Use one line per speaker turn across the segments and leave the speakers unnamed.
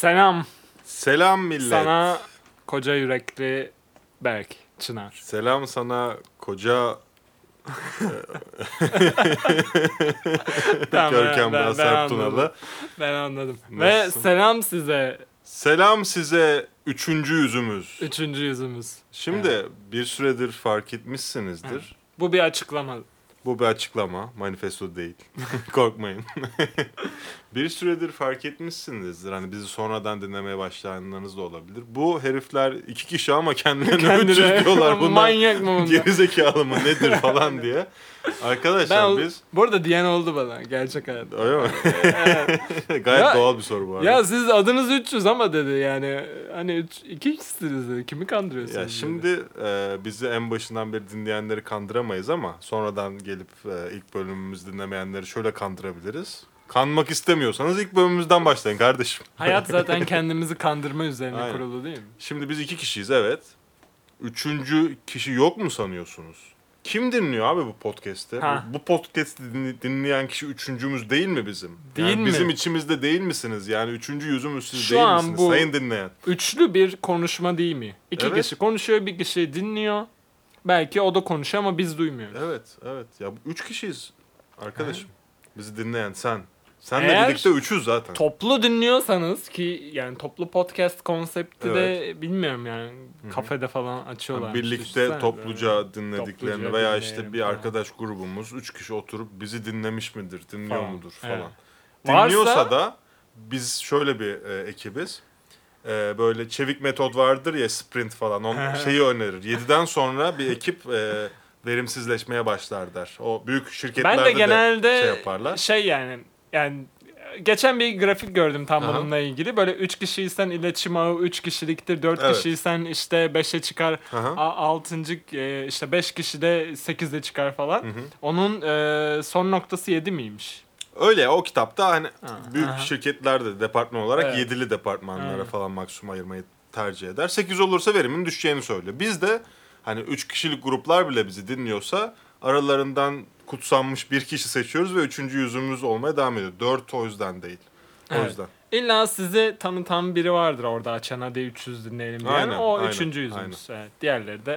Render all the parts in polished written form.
Selam.
Selam millet.
Sana koca yürekli Berk Çınar.
Selam sana koca Görkem Basar Tunalı.
Ben anladım.
Nasılsın?
Ve selam size.
Selam size üçüncü yüzümüz.
Üçüncü yüzümüz.
Şimdi
Evet.
bir süredir fark etmişsinizdir.
Evet. Bu bir açıklama.
Bu bir açıklama. Manifesto değil. Korkmayın. Bir süredir fark etmişsinizdir. Hani bizi sonradan dinlemeye başlayanlarınız da olabilir. Bu herifler 2 kişi ama kendilerine 300 diyorlar. Bunlar
manyak mı bunlar?
gerizekalı mı nedir falan diye. Arkadaşlar biz...
Bu arada diyen oldu bana gerçek hayatta.
Öyle mi?
Evet.
Gayet
Ya-
doğal bir soru bu arada.
Ya siz adınız 300 ama dedi yani. Hani 2 kişisiniz dedi. Kimi kandırıyorsunuz?
Ya
dedi.
şimdi bizi en başından beri dinleyenleri kandıramayız ama sonradan gelip ilk bölümümüzü dinlemeyenleri şöyle kandırabiliriz. Kanmak istemiyorsanız ilk bölümümüzden başlayın kardeşim.
Hayat zaten kendimizi kandırma üzerine
Aynen.
kurulu değil mi?
Şimdi biz 2 kişiyiz evet. Üçüncü kişi yok mu sanıyorsunuz? Kim dinliyor abi bu podcast'i?
Ha.
Bu podcast'i dinleyen kişi üçüncümüz değil mi bizim?
Değil
yani
mi?
Bizim içimizde değil misiniz? Yani üçüncü yüzümüz siz
Şu
değil
an
misiniz?
bu-
Sayın dinleyen.
Üçlü bir konuşma değil mi? İki
Evet.
kişi konuşuyor, bir kişi dinliyor. Belki o da konuşuyor ama biz duymuyoruz.
Evet. Ya bu 3 kişiyiz arkadaşım. Bizi dinleyen sen. Senle
Eğer
birlikte 3'üz zaten.
Toplu dinliyorsanız ki yani toplu podcast konsepti de bilmiyorum yani kafede falan açıyorlar.
Birlikte topluca dinlediklerini
Topluca
veya
dinleyelim
işte bir
falan.
arkadaş grubumuz 3 kişi oturup bizi dinlemiş midir, dinliyor
Falan.
mudur falan.
Evet.
Dinliyorsa
Varsa-
da biz şöyle bir ekibiz. Böyle çevik metot vardır ya sprint falan. Şeyi önerir. 7'den sonra bir ekip verimsizleşmeye başlar der. O büyük şirketlerde
Ben de genelde
şey yaparlar.
Yani geçen bir grafik gördüm tam
Aha.
bununla ilgili. Böyle 3 kişiysen iletişim ağı 3 kişiliktir. 4
Evet.
kişiysen işte 5'e çıkar.
Aha.
6. işte 5 kişi de 8'e çıkar falan.
Hı hı.
Onun son noktası 7 miymiş?
Öyle o kitapta hani büyük
aha.
şirketlerde departman olarak
Evet.
7'li departmanlara
Aynen.
falan maksimum ayırmayı tercih eder. 8 olursa verimin düşeceğini söylüyor. Biz de hani 3 kişilik gruplar bile bizi dinliyorsa aralarından kutsanmış bir kişi seçiyoruz ve 3. yüzümüz olmaya devam ediyor. 4 o yüzden değil. O
Evet.
yüzden.
İlla sizi tanıtan biri vardır orada açan hadi 300 dinleyelim diyen.
Aynen,
O
aynen,
3. yüzümüz. Evet. Diğerleri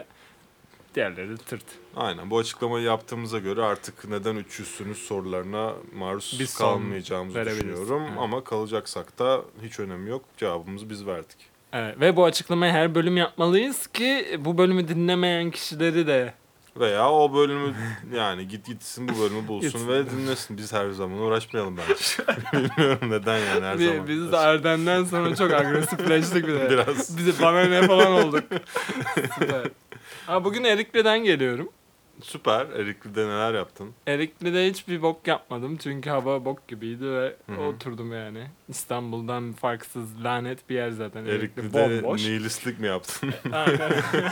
de tırt.
Aynen bu açıklamayı yaptığımıza göre artık neden 300'sünüz sorularına maruz
Biz son
kalmayacağımızı
verebiliriz.
düşünüyorum.
Evet.
Ama kalacaksak da hiç önemi yok. Cevabımızı biz verdik.
Evet. Ve bu açıklamayı her bölüm yapmalıyız ki bu bölümü dinlemeyen kişileri de
Veya o bölümü yani gitsin bu bölümü bulsun
Gitsin.
ve dinlesin. Biz her zaman uğraşmayalım bence. Bilmiyorum neden yani her zaman.
biz de Erdem'den sonra çok agresifleştik bir de.
Biraz.
Bize bana ne falan olduk. Süper. Bugün Erikli'den geliyorum.
Süper. Erikli'de neler yaptın?
Erikli'de hiçbir bok yapmadım çünkü hava bok gibiydi ve
Hı hı.
oturdum yani. İstanbul'dan farksız lanet bir yer zaten.
Erikli'de
bomboş.
nihilistlik mi yaptın?
Aynen.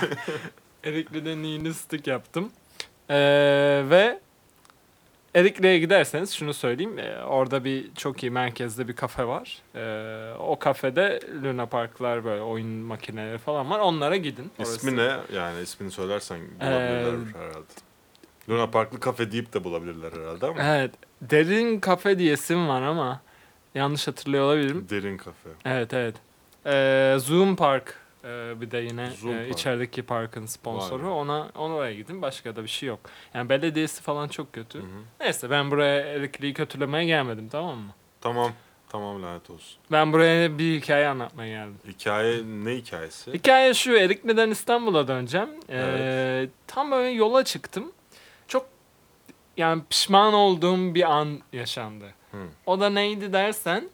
Erikli'de nihilistik yaptım. Ve Erikli'ye giderseniz şunu söyleyeyim. Orada çok iyi merkezde bir kafe var. O kafede Luna Park'lar böyle oyun makineleri falan var. Onlara gidin.
İsmi ne? Yani ismini söylersen bulabilirler herhalde. Luna Parklı kafe deyip de bulabilirler herhalde ama.
Evet. Derin kafe diye isim var ama yanlış hatırlıyor olabilirim.
Derin kafe.
Evet. Zoom Park bir de yine
Zoom Park.
içerideki parkın sponsoru.
Vay be.
Ona oraya gidin. Başka da bir şey yok. Yani belediyesi falan çok kötü.
Hı hı.
Neyse ben buraya Erikli'yi kötülemeye gelmedim, tamam mı?
Tamam lanet olsun.
Ben buraya bir hikaye anlatmaya geldim.
Hikaye ne hikayesi?
Hikaye şu: Erikli'den İstanbul'a döneceğim.
Evet.
Tam böyle yola çıktım. Çok yani pişman olduğum bir an yaşandı.
Hı.
O da neydi dersen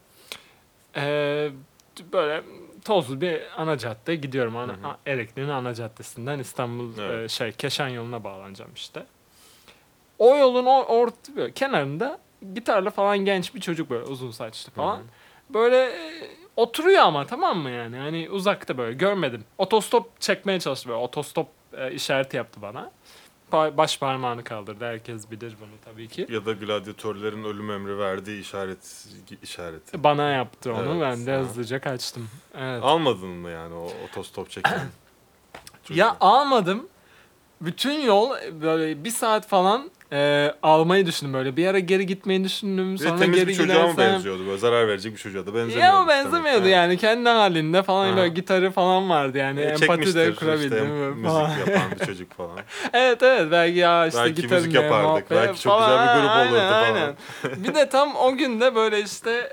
böyle tozlu bir ana cadde gidiyorum. Erikli'nin ana caddesinden İstanbul
Evet.
Keşan yoluna bağlanacağım işte. O yolun böyle kenarında gitarla falan genç bir çocuk, böyle uzun saçlı falan.
Hı hı.
Böyle oturuyor ama, tamam mı yani? Hani uzakta, böyle görmedim. Otostop çekmeye çalıştı, böyle otostop işareti yaptı bana. Baş parmağını kaldırdı. Herkes bilir bunu tabii ki.
Ya da gladyatörlerin ölüm emri verdiği işareti.
Bana yaptı onu.
Evet,
Ben de
ha.
hızlıca kaçtım. Evet.
Almadın mı yani o otostop çeken?
Ya almadım. Bütün yol böyle 1 saat falan almayı düşündüm böyle. Bir ara geri gitmeyi düşündüm.
Bir de
Sonra
temiz
geri
bir çocuğa mı
gidersem...
benziyordu böyle? Zarar verecek bir çocuğa da benzemiyordu.
Ya o
demek
benzemiyordu
ki.
yani. Kendi halinde falan
Ha.
böyle gitarı falan vardı yani. Empati
Çekmiştir
de
işte
kurabildim.
müzik
falan.
yapan bir çocuk falan.
Evet belki ya işte
Belki
gitarın
müzik
ne,
yapardık.
muhabbet
Belki çok
falan.
güzel bir grup
Aynen,
olurdu falan.
aynen. Bir de tam o gün de böyle işte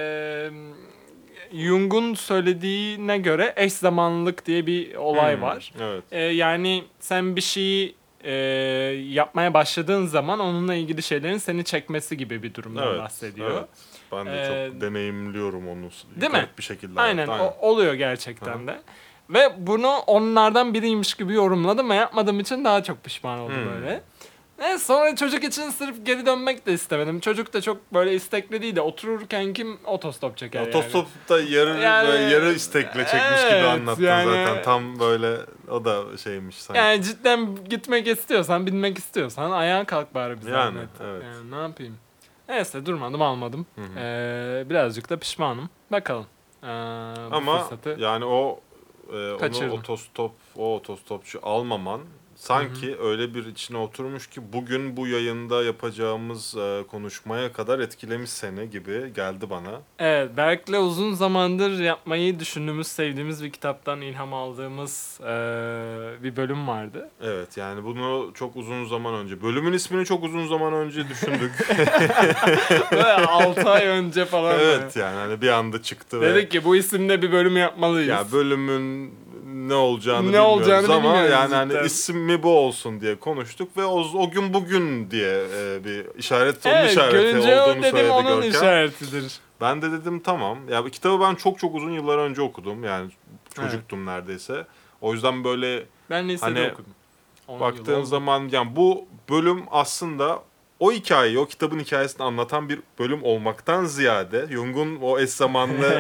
Jung'un söylediğine göre eş zamanlılık diye bir olay var.
Evet.
Yani sen bir şeyi yapmaya başladığın zaman onunla ilgili şeylerin seni çekmesi gibi bir durumdan
Evet.
bahsediyor.
Evet. Ben de çok deneyimliyorum onu.
Değil mi?
Garip bir şekilde.
Aynen,
hayatta.
oluyor gerçekten de. Ve bunu onlardan biriymiş gibi yorumladım ve yapmadığım için daha çok pişman oldum böyle. Sonra çocuk için sırf geri dönmek de istemedim. Çocuk da çok böyle istekli değil de otururken kim otostop çeker yani.
Otostopta yarı
Yani,
böyle yarı istekle çekmiş gibi
evet,
anlattın
yani-
zaten. Tam böyle o da şeymiş sanki.
Yani cidden gitmek istiyorsan, binmek istiyorsan ayağa kalk bari bir
Yani,
zahmet.
evet.
Yani ne yapayım. Neyse durmadım almadım. Birazcık da pişmanım. Bakalım. Bu
Ama
fırsatı
yani onu
kaçırdım.
otostopçu almaman sanki öyle bir içine oturmuş ki bugün bu yayında yapacağımız konuşmaya kadar etkilemiş seni gibi geldi bana.
Evet, Berk'le uzun zamandır yapmayı düşündüğümüz, sevdiğimiz bir kitaptan ilham aldığımız bir bölüm vardı.
Evet, yani bunu çok uzun zaman önce, bölümün ismini çok uzun zaman önce düşündük.
Böyle 6 ay önce falan.
Evet, yani hani bir anda çıktı ve
Dedik ki bu isimle bir bölüm yapmalıyız.
ya bölümün ne olacağını
Ne
bilmiyoruz
olacağını
ama
bilmiyoruz
yani
cidden.
hani ismi bu olsun diye konuştuk ve o gün bugün diye bir işaret, onun
Evet,
işareti
görünce o
olduğunu
dedim
söyledi
onun
Görkem.
işaretidir.
Ben de dedim tamam. Ya bu kitabı ben çok çok uzun yıllar önce okudum. Yani çocuktum neredeyse. O yüzden böyle
Ben lisede
Hani
okudum. 10
baktığın
yıl oldu.
zaman yani bu bölüm aslında o hikayeyi, o kitabın hikayesini anlatan bir bölüm olmaktan ziyade Jung'un o eş zamanlı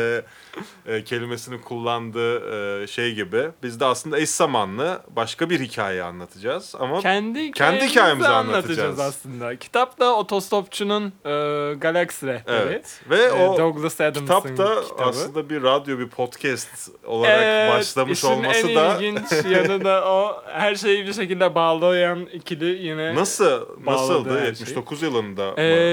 kelimesini kullandığı şey gibi biz de aslında eş zamanlı başka bir hikaye anlatacağız ama
kendi
hikayemizi
anlatacağız aslında. Kitap da Otostopçu'nun Galaksi Rehberi.
evet ve o
Douglas Adams'ın
kitap da
kitabı.
aslında bir radyo, bir podcast olarak başlamış
işin
olması
en
da
ilginç yanı da o her şeyi bir şekilde bağlayan ikili yine
nasıldı?
her
79 yılında mı?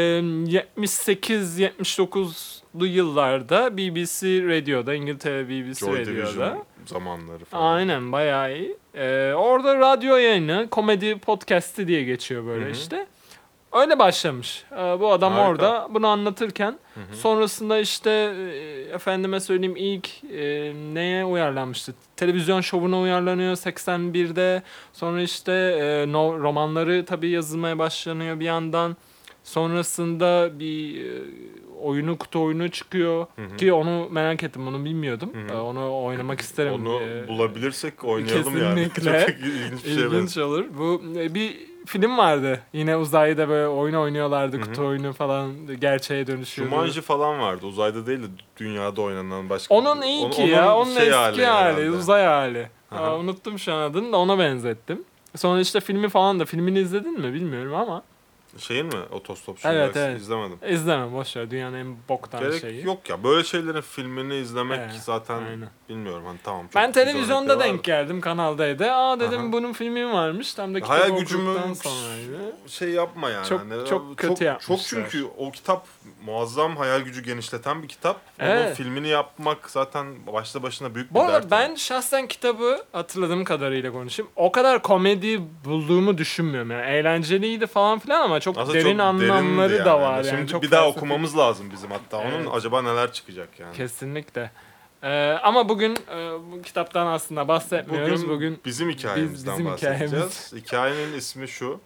78-79'lu yıllarda BBC Radio'da, İngiltere BBC
Joy
Radio'da.
Division zamanları falan.
Aynen bayağı iyi. Orada radyo yayını, komedi podcast'i diye geçiyor böyle işte. Öyle başlamış. Bu adam
Harika.
orada bunu anlatırken sonrasında işte efendime söyleyeyim ilk neye uyarlanmıştı? Televizyon şovuna uyarlanıyor 81'de. Sonra işte romanları tabii yazılmaya başlanıyor bir yandan. Sonrasında bir kutu oyunu çıkıyor ki onu merak ettim, onu bilmiyordum. Onu oynamak isterim.
Onu bulabilirsek oynayalım
kesinlikle.
yani. Çok ilginç bir şey.
İlginç olur. Bu bir film vardı. Yine uzayda böyle oyun oynuyorlardı. Kutu oyunu falan gerçeğe dönüşüyordu.
Jumanji falan vardı. Uzayda değil de dünyada oynanan başka.
Onun ilki ya. Onun eski hali.
herhalde.
Uzay hali.
Aha.
Unuttum şu an adını da ona benzettim. Sonra işte filmi falan da. Filmini izledin mi bilmiyorum ama.
Şeyin mi? Otostopçu
Evet,
Galaxy
evet.
izlemedim.
İzlemem, boşver. Dünyanın en boktan
Gerek
şeyi.
yok ya. Böyle şeylerin filmini izlemek
Evet,
zaten
aynen.
bilmiyorum. Hani tamam. Çok
Ben
güzel
televizyonda
örnekleri
denk
var.
geldim Kanal D'de. Dedim
Aha.
bunun filmi varmış. Tam da kitabı
Hayal gücümü
okuduktan sonraydı.
şey yapma yani.
Çok-
Hani
çok kötü yapmışlar.
Çok çünkü o kitap muazzam hayal gücü genişleten bir kitap. Onun
Evet.
filmini yapmak zaten başlı başına büyük bir
Bu arada
dert.
ben şahsen kitabı hatırladığım kadarıyla konuşayım. O kadar komedi bulduğumu düşünmüyorum. Yani eğlenceliydi falan filan ama çok
Aslında
derin
çok
anlamları
derindi
da var.
Şimdi
Yani çok
bir daha
felsefi.
okumamız lazım bizim hatta. Onun
Evet.
acaba neler çıkacak yani.
Kesinlikle. Ama bugün bu kitaptan aslında bahsetmiyoruz. Bugün
bizim hikayemizden
bizim
bahsedeceğiz. Hikayenin ismi şu.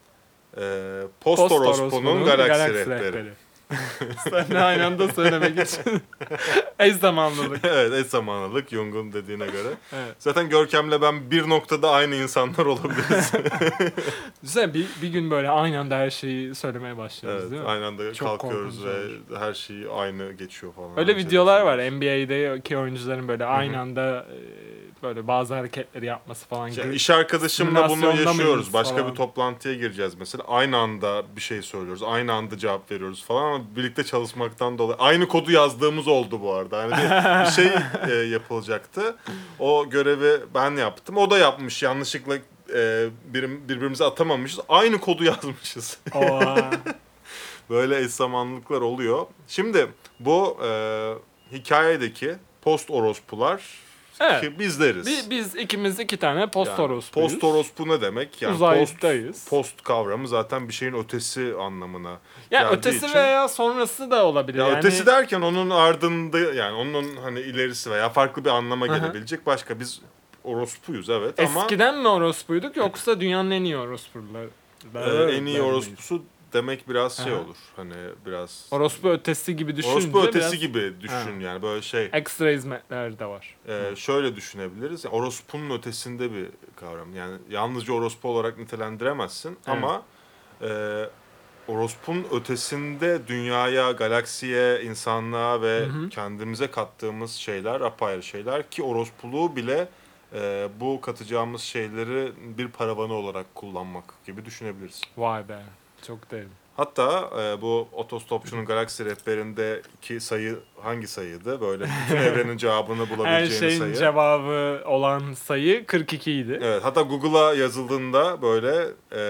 Post Orospu'nun Galaksi Rehberi.
Sen de aynı anda söylemek için. Eş zamanlılık.
Evet, eş zamanlılık Jung'un dediğine göre.
Evet.
Zaten Görkem'le ben bir noktada aynı insanlar olabiliriz.
Güzel bir gün böyle aynı anda her şeyi söylemeye başlıyoruz değil
Evet,
mi?
aynı anda
Çok
kalkıyoruz
korkunç
ve her şey aynı geçiyor falan.
Öyle
Aynı
videolar
şeyler
var NBA'deki oyuncuların böyle aynı anda böyle bazı hareketleri yapması falan
İşte
gibi.
iş arkadaşımla bunu
Simülasyonda
yaşıyoruz.
mıyız
Başka
falan.
bir toplantıya gireceğiz mesela. Aynı anda bir şey söylüyoruz. Aynı anda cevap veriyoruz falan ama birlikte çalışmaktan dolayı. Aynı kodu yazdığımız oldu bu arada. Yani bir şey yapılacaktı. O görevi ben yaptım. O da yapmış. Yanlışlıkla birbirimize atamamışız. Aynı kodu yazmışız.
Oha.
Böyle eş zamanlılıklar oluyor. Şimdi bu hikayedeki post orospular
Evet.
ki bizleriz.
Biz ikimiz 2 tane post
Yani
orospuyuz.
post orospu ne demek? Yani
Uzaydayız.
post kavramı zaten bir şeyin ötesi anlamına
Ya
geldiği
ötesi
için.
veya sonrası da olabilir.
Ya
yani
ötesi derken onun ardında, yani onun hani ilerisi veya farklı bir anlama
Hı hı.
gelebilecek başka. Biz orospuyuz evet ama
eskiden mi orospuyduk yoksa dünyanın en iyi orospular?
en iyi orospusu demek biraz şey
Aha.
olur. Hani biraz
Orospu ötesi gibi düşününce
orospu ötesi
biraz
gibi düşün yani böyle şey.
ekstra hizmetler de var.
Şöyle düşünebiliriz. Yani orospunun ötesinde bir kavram. Yani yalnızca orospu olarak nitelendiremezsin
Evet.
ama orospunun ötesinde dünyaya, galaksiye, insanlığa ve
Hı hı.
kendimize kattığımız şeyler apayrı şeyler ki orospuluğu bile bu katacağımız şeyleri bir paravanı olarak kullanmak gibi düşünebiliriz.
Vay be. Çok derin.
Hatta bu otostopçunun galaksi rehberindeki sayı hangi sayıydı? Böyle bütün evrenin cevabını
Her
bulabileceğiniz
şeyin
sayı.
cevabı olan sayı 42 idi.
Evet, hatta Google'a yazıldığında böyle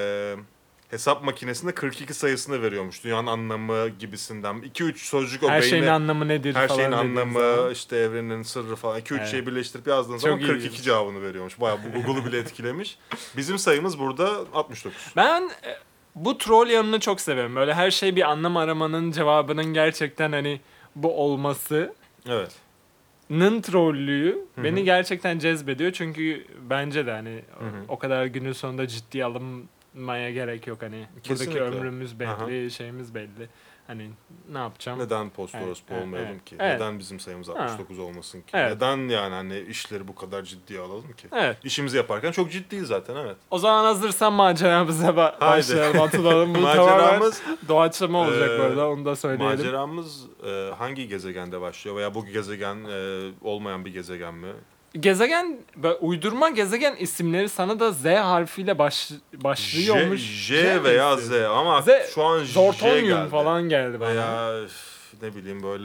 hesap makinesinde 42 sayısını veriyormuş. Dünyanın anlamı gibisinden. 2-3 sözcük o
Her
beyne...
şeyin anlamı nedir
Her
falan
şeyin
dediğin
anlamı,
zaman.
işte evrenin sırrı falan. 2-3
Evet.
şeyi birleştirip yazdığın
Çok
zaman 42
ilginç.
cevabını veriyormuş. Bayağı bu Google'u bile etkilemiş. Bizim sayımız burada 69.
Ben bu troll yanını çok seviyorum. Böyle her şey bir anlam aramanın cevabının gerçekten hani bu olması.
Evet.
Nın trollüğü
Hı
beni
hı.
gerçekten cezbediyor. Çünkü bence de hani
Hı hı.
o kadar günün sonunda ciddiye alınmaya gerek yok. Hani
Kesinlikle.
buradaki ömrümüz belli, şeyimiz belli. Hani ne yapacağım?
Neden post
Evet,
orospu
evet,
olmayalım
evet.
ki?
Evet.
Neden bizim sayımız 69 olmasın ki?
Evet.
Neden yani hani işleri bu kadar ciddiye alalım ki?
Evet.
İşimizi yaparken çok ciddiyiz zaten, evet.
O zaman hazırsan maceramıza
Haydi.
başlayalım. Atılalım. Bu
Maceramız
tamamen doğaçlama olacak
Ee,
bu arada. Onu da söyleyelim.
Maceramız hangi gezegende başlıyor veya bu gezegen olmayan bir gezegen mi?
Gezegen, böyle uydurma gezegen isimleri sana da Z harfiyle başlıyormuş.
J veya Z
mi?
ama
Z,
şu an J
Zortonium
geldi.
falan geldi bana.
Veya ne bileyim böyle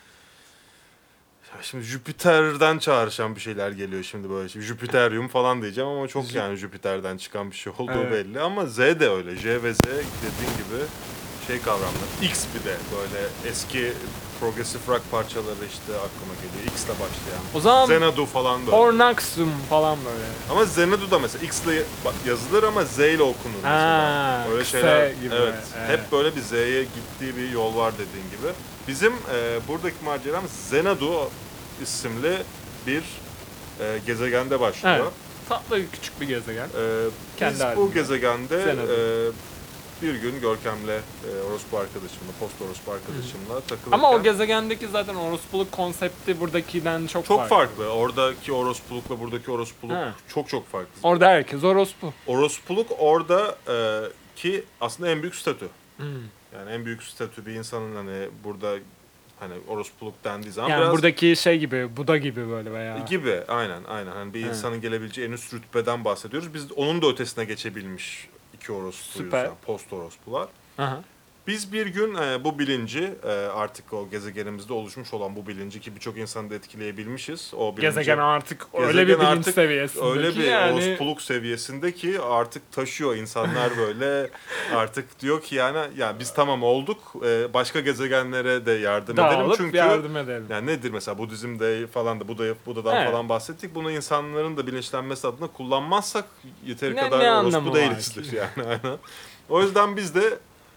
ya şimdi Jüpiter'den çağrışan bir şeyler geliyor şimdi böyle. Şimdi Jüpiteryum falan diyeceğim ama çok yani Jüpiter'den çıkan bir şey olduğu
Evet.
belli. Ama Z de öyle. J ve Z dediğin gibi şey kavramlar. X bir de böyle eski progressive rock parçaları işte aklıma geliyor. X'le başlayan.
O zaman
Xanadu falan böyle.
Hornaxum falan böyle.
Ama Xanadu da mesela X ile yazılır ama Z ile okunur mesela.
Ha,
Öyle
kısa
şeyler.
gibi,
Evet.
evet.
Hep böyle bir Z'ye gittiği bir yol var dediğin gibi. Bizim buradaki maceramız Xanadu isimli bir gezegende başlıyor.
Evet. Tatlı küçük bir gezegen. Kendi
Biz bu
halinde.
gezegende
Xanadu.
bir gün Görkem'le orospu arkadaşımla, post orospu arkadaşımla takılırken...
Ama o gezegendeki zaten orospuluk konsepti buradakinden çok
farklı. Oradaki orospulukla buradaki orospuluk
Ha.
çok farklı.
Orada herkes orospu.
Orospuluk orada ki aslında en büyük statü.
Hmm.
Yani en büyük statü bir insanın hani burada hani orospuluk dendiği zaman
Yani
biraz
buradaki şey gibi, Buda gibi böyle veya.
gibi aynen hani bir
Evet.
insanın gelebileceği en üst rütbeden bahsediyoruz. Biz onun da ötesine geçebilmiş iki orospuyuz.
Süper.
Yani post orospular.
Aha.
Biz bir gün bu bilinci artık o gezegenimizde oluşmuş olan bu bilinci ki birçok insanı da etkileyebilmişiz. O bilinci,
Gezegen artık öyle
gezegen
bir bilinç
artık
seviyesindeki
öyle bir
yani.
orospuluk seviyesindeki artık taşıyor insanlar böyle artık diyor ki yani biz tamam olduk başka gezegenlere de yardım edelim
Dağılıp
çünkü
yardım edelim.
yani nedir mesela Budizm'de falan da Buda'dan
Evet.
falan bahsettik. Bunu insanların da bilinçlenmesi adına kullanmazsak yeteri
Ne
kadar
anlamı
orospu
var
değilizdir
ki?
yani aynen. O yüzden biz de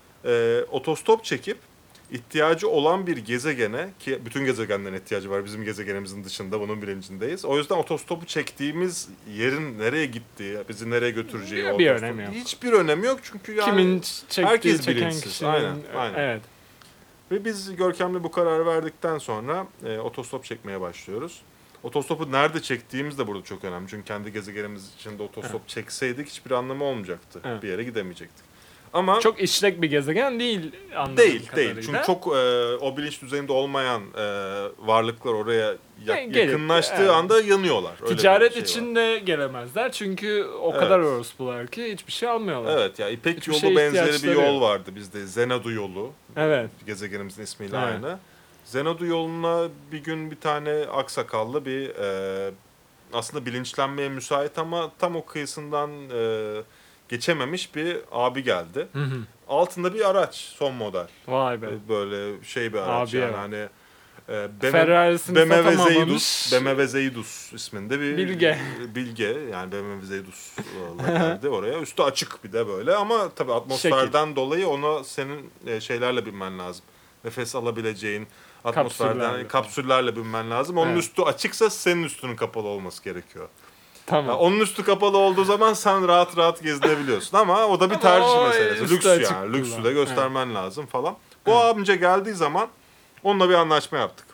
otostop çekip ihtiyacı olan bir gezegene ki bütün gezegenlerin ihtiyacı var bizim gezegenimizin dışında bunun bilincindeyiz. O yüzden otostopu çektiğimiz yerin nereye gittiği, bizi nereye götüreceği
Bir
o otostop.
önemi yok.
Hiçbir önemi yok çünkü yani
Kimin çektiği,
herkes
çeken
bilinçsiz.
kişinin.
Aynen.
Evet.
Ve biz Görkem'le bu kararı verdikten sonra otostop çekmeye başlıyoruz. Otostopu nerede çektiğimiz de burada çok önemli. Çünkü kendi gezegenimiz içinde otostop çekseydik hiçbir anlamı olmayacaktı.
Evet.
Bir yere gidemeyecektik. Ama
Çok işlek bir gezegen değil anladığım
değil.
kadarıyla.
Çünkü çok o bilinç düzeyinde olmayan varlıklar oraya
Gelip,
yakınlaştığı
evet.
anda yanıyorlar. Öyle bir
Ticaret
şey
için
var.
de gelemezler çünkü o
Evet.
kadar orospular ki hiçbir şey almıyorlar.
Evet ya İpek
Hiçbir
yolu
şeye
benzeri bir
ihtiyaçları
yol
yok.
vardı bizde. Xanadu yolu.
Evet.
Gezegenimizin ismiyle
Evet.
aynı. Xanadu yoluna bir gün bir tane aksakallı bir aslında bilinçlenmeye müsait ama tam o kıyısından geçememiş bir abi geldi.
Hı hı.
Altında bir araç, son model.
Vay be.
Böyle şey bir araç
Abiye
yani
bak.
hani
Ferrari'sini
BMW
satamamış.
Zeydus, BMW Zeydus isminde bir
Bilge.
bilge yani BMW Zeydus geldi oraya. Üstü açık bir de böyle ama tabii atmosferden dolayı ona senin şeylerle binmen lazım. Nefes alabileceğin atmosferden kapsüllerle binmen lazım. Onun
Evet.
üstü açıksa senin üstünün kapalı olması gerekiyor.
Tamam.
Yani onun üstü kapalı olduğu zaman sen rahat rahat gezinebiliyorsun ama o da bir
Ama
tercih
o
meselesi.
üstü
Lüks
açık
yani. Lüksü
kullan.
de göstermen lazım falan. Bu
Evet.
amca geldiği zaman onunla bir anlaşma yaptık.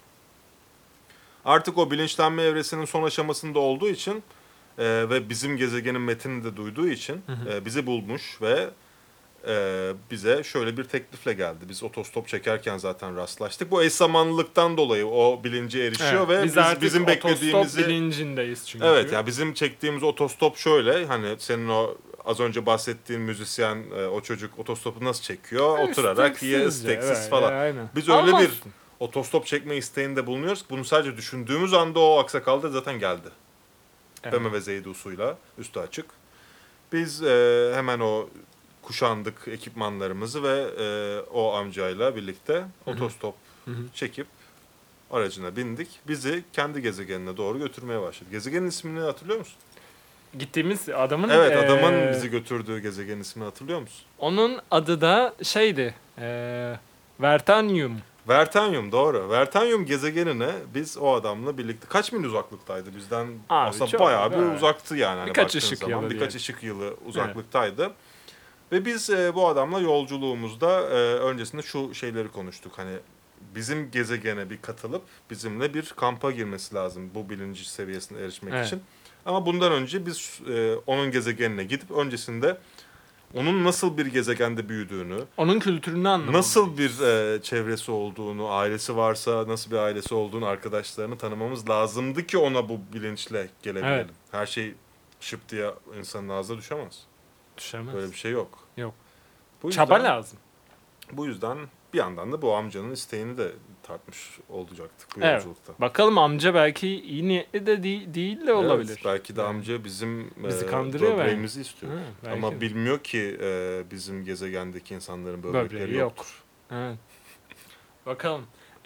Artık o bilinçlenme evresinin son aşamasında olduğu için ve bizim gezegenin metnini de duyduğu için bizi bulmuş ve bize şöyle bir teklifle geldi. Biz otostop çekerken zaten rastlaştık. Bu eş zamanlılıktan dolayı o bilince erişiyor ve
Biz artık
bizim
otostop
beklediğimizi
bilincindeyiz çünkü.
evet ya bizim çektiğimiz otostop şöyle hani senin o az önce bahsettiğin müzisyen o çocuk otostopu nasıl çekiyor? Oturarak ya isteksiz
evet,
falan.
aynen.
Biz öyle
Almazsın.
bir otostop çekme isteğinde bulunuyoruz. Bunu sadece düşündüğümüz anda o aksakalda zaten geldi.
Evet.
BMW Zeydus'uyla üstü açık. Biz hemen o kuşandık ekipmanlarımızı ve o amcayla birlikte otostop çekip aracına bindik. Bizi kendi gezegenine doğru götürmeye başladı. Gezegenin ismini hatırlıyor musun?
Gittiğimiz adamın
Evet, adamın bizi götürdüğü gezegenin ismini hatırlıyor musun?
onun adı da şeydi. Vertanium.
Vertanium, doğru. Vertanium gezegenine biz o adamla birlikte kaç mil uzaklıktaydı bizden?
Abi,
aslında
çok,
bayağı bir
evet.
uzaktı yani. Hani
Birkaç
baktığın
ışık
zaman.
yılı
Birkaç
diyelim.
ışık yılı uzaklıktaydı. Ve biz bu adamla yolculuğumuzda öncesinde şu şeyleri konuştuk. Hani bizim gezegene bir katılıp bizimle bir kampa girmesi lazım bu bilinç seviyesine erişmek
Evet.
için. Ama bundan önce biz onun gezegenine gidip öncesinde onun nasıl bir gezegende büyüdüğünü,
Onun kültürünü anlamalıyız.
nasıl bir çevresi olduğunu, ailesi varsa nasıl bir ailesi olduğunu, arkadaşlarını tanımamız lazımdı ki ona bu bilinçle gelebilelim.
Evet.
Her şey şıp diye insanın ağzına düşemez.
Düşemez.
Böyle bir şey yok.
Yok.
Bu yüzden,
Çaba lazım.
bu yüzden bir yandan da bu amcanın isteğini de tartmış olacaktık bu
Evet.
yolculukta.
Bakalım amca belki iyi niyetli de değil de olabilir.
Evet, belki de
Yani.
amca bizim
Bizi kandırıyor
böbreğimizi istiyor.
Ha, belki
Ama
de.
bilmiyor ki bizim gezegendeki insanların
Böbreği
böbrekleri
yok.
yoktur.
Evet. Bakalım.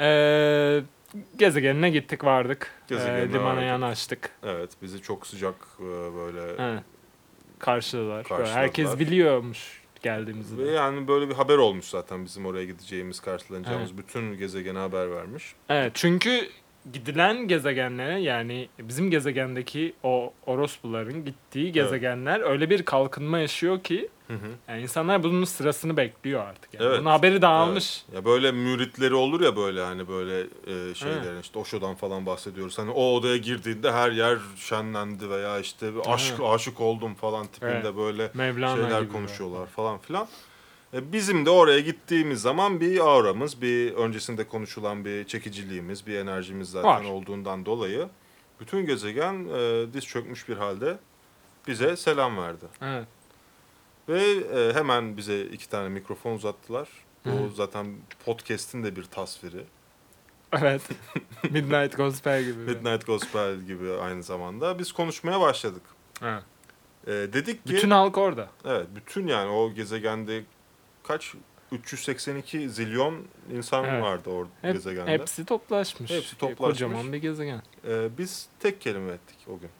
Gezegenine gittik vardık.
Gezegenine
Limana
vardık.
yanaştık.
Evet, bizi çok sıcak böyle
Evet. Karşıladılar. Böyle
Karşıladılar.
herkes biliyormuş geldiğimizi.
ve
de.
yani böyle bir haber olmuş zaten bizim oraya gideceğimiz, karşılanacağımız
Evet.
bütün gezegene haber vermiş.
Evet, çünkü gidilen gezegenlere yani bizim gezegendeki o orospuların gittiği gezegenler öyle bir kalkınma yaşıyor ki
Hı hı.
yani insanlar bunun sırasını bekliyor artık. Yani.
Evet.
Bunun haberi dağılmış.
Evet. Ya böyle müritleri olur ya böyle hani böyle şeylerin
Evet.
işte Osho'dan falan bahsediyoruz. Hani o odaya girdiğinde her yer şenlendi veya işte aşık oldum falan tipinde
Evet.
böyle
Mevlana
şeyler
gibi
konuşuyorlar
böyle.
falan filan. Bizim de oraya gittiğimiz zaman bir auramız, bir öncesinde konuşulan bir çekiciliğimiz, bir enerjimiz zaten
Var.
olduğundan dolayı bütün gezegen diz çökmüş bir halde bize selam verdi.
Evet.
Ve hemen bize 2 tane mikrofon uzattılar. Bu
Hı.
zaten podcast'in de bir tasviri.
Evet. Midnight Gospel gibi.
Midnight Gospel gibi aynı zamanda. Biz konuşmaya başladık.
Evet.
Dedik ki...
Bütün halk orada.
Evet, bütün yani o gezegende kaç? 382 zilyon insan
Evet.
vardı o gezegende.
Hepsi toplaşmış.
Hepsi toplaşmış.
Kocaman bir gezegen.
Biz tek kelime ettik o gün.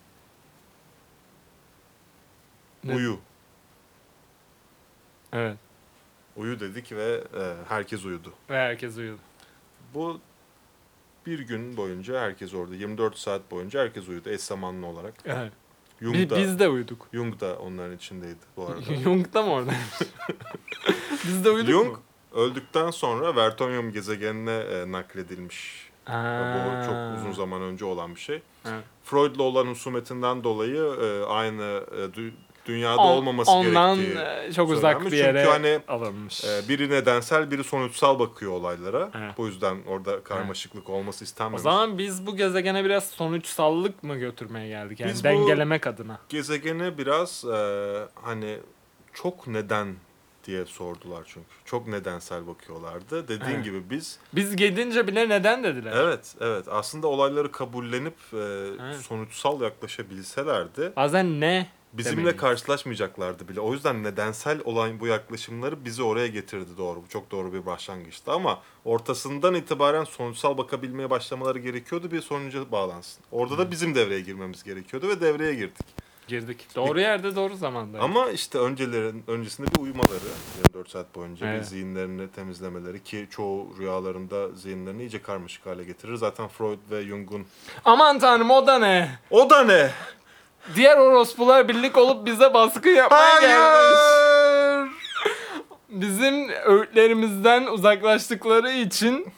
Ne?
Uyu.
Evet.
Uyu dedik ve herkes uyudu.
Ve herkes uyudu.
Bu bir gün boyunca herkes orada. 24 saat boyunca herkes uyudu eş zamanlı olarak.
Evet.
Jung da,
Biz de uyuduk.
Jung da onların içindeydi bu arada.
Jung da mı orada? Biz de uyuduk
Jung
mu?
öldükten sonra Vertonium gezegenine nakledilmiş. Bu çok
Aa.
uzun zaman önce olan bir şey.
Evet.
Freud'la olan husumetinden dolayı aynı dünyada olmaması
ondan
gerektiği
çok uzak
söylenmiş.
bir yere
Çünkü hani
alınmış.
biri nedensel, biri sonuçsal bakıyor olaylara.
Evet.
Bu yüzden orada karmaşıklık olması
O
istenmemiş.
zaman biz bu gezegene biraz sonuçsallık mı götürmeye geldik? Yani
Biz bu-
dengelemek adına.
Gezegene biraz hani çok neden diye sordular çünkü. Çok nedensel bakıyorlardı. Dediğin
Evet.
gibi biz
Biz gidince bile neden dediler.
evet aslında olayları kabullenip
Evet.
sonuçsal yaklaşabilselerdi
Bazen ne
bizimle
demeliyiz.
karşılaşmayacaklardı bile. O yüzden nedensel olan bu yaklaşımları bizi oraya getirdi doğru. Bu çok doğru bir başlangıçtı ama ortasından itibaren sonuçsal bakabilmeye başlamaları gerekiyordu bir sonuca bağlansın. Orada da bizim devreye girmemiz gerekiyordu ve devreye girdik.
Girdik. Doğru yerde doğru zamanda.
Ama işte öncesinde bir uyumaları 24 saat boyunca bir
Evet.
zihinlerini temizlemeleri ki çoğu rüyalarında zihinlerini iyice karmaşık hale getirir. Zaten Freud ve Jung'un
Aman tanrım o da ne?
o da ne?
Diğer orospular birlik olup bize baskı yapmaya gelmiş. Bizim öğütlerimizden uzaklaştıkları için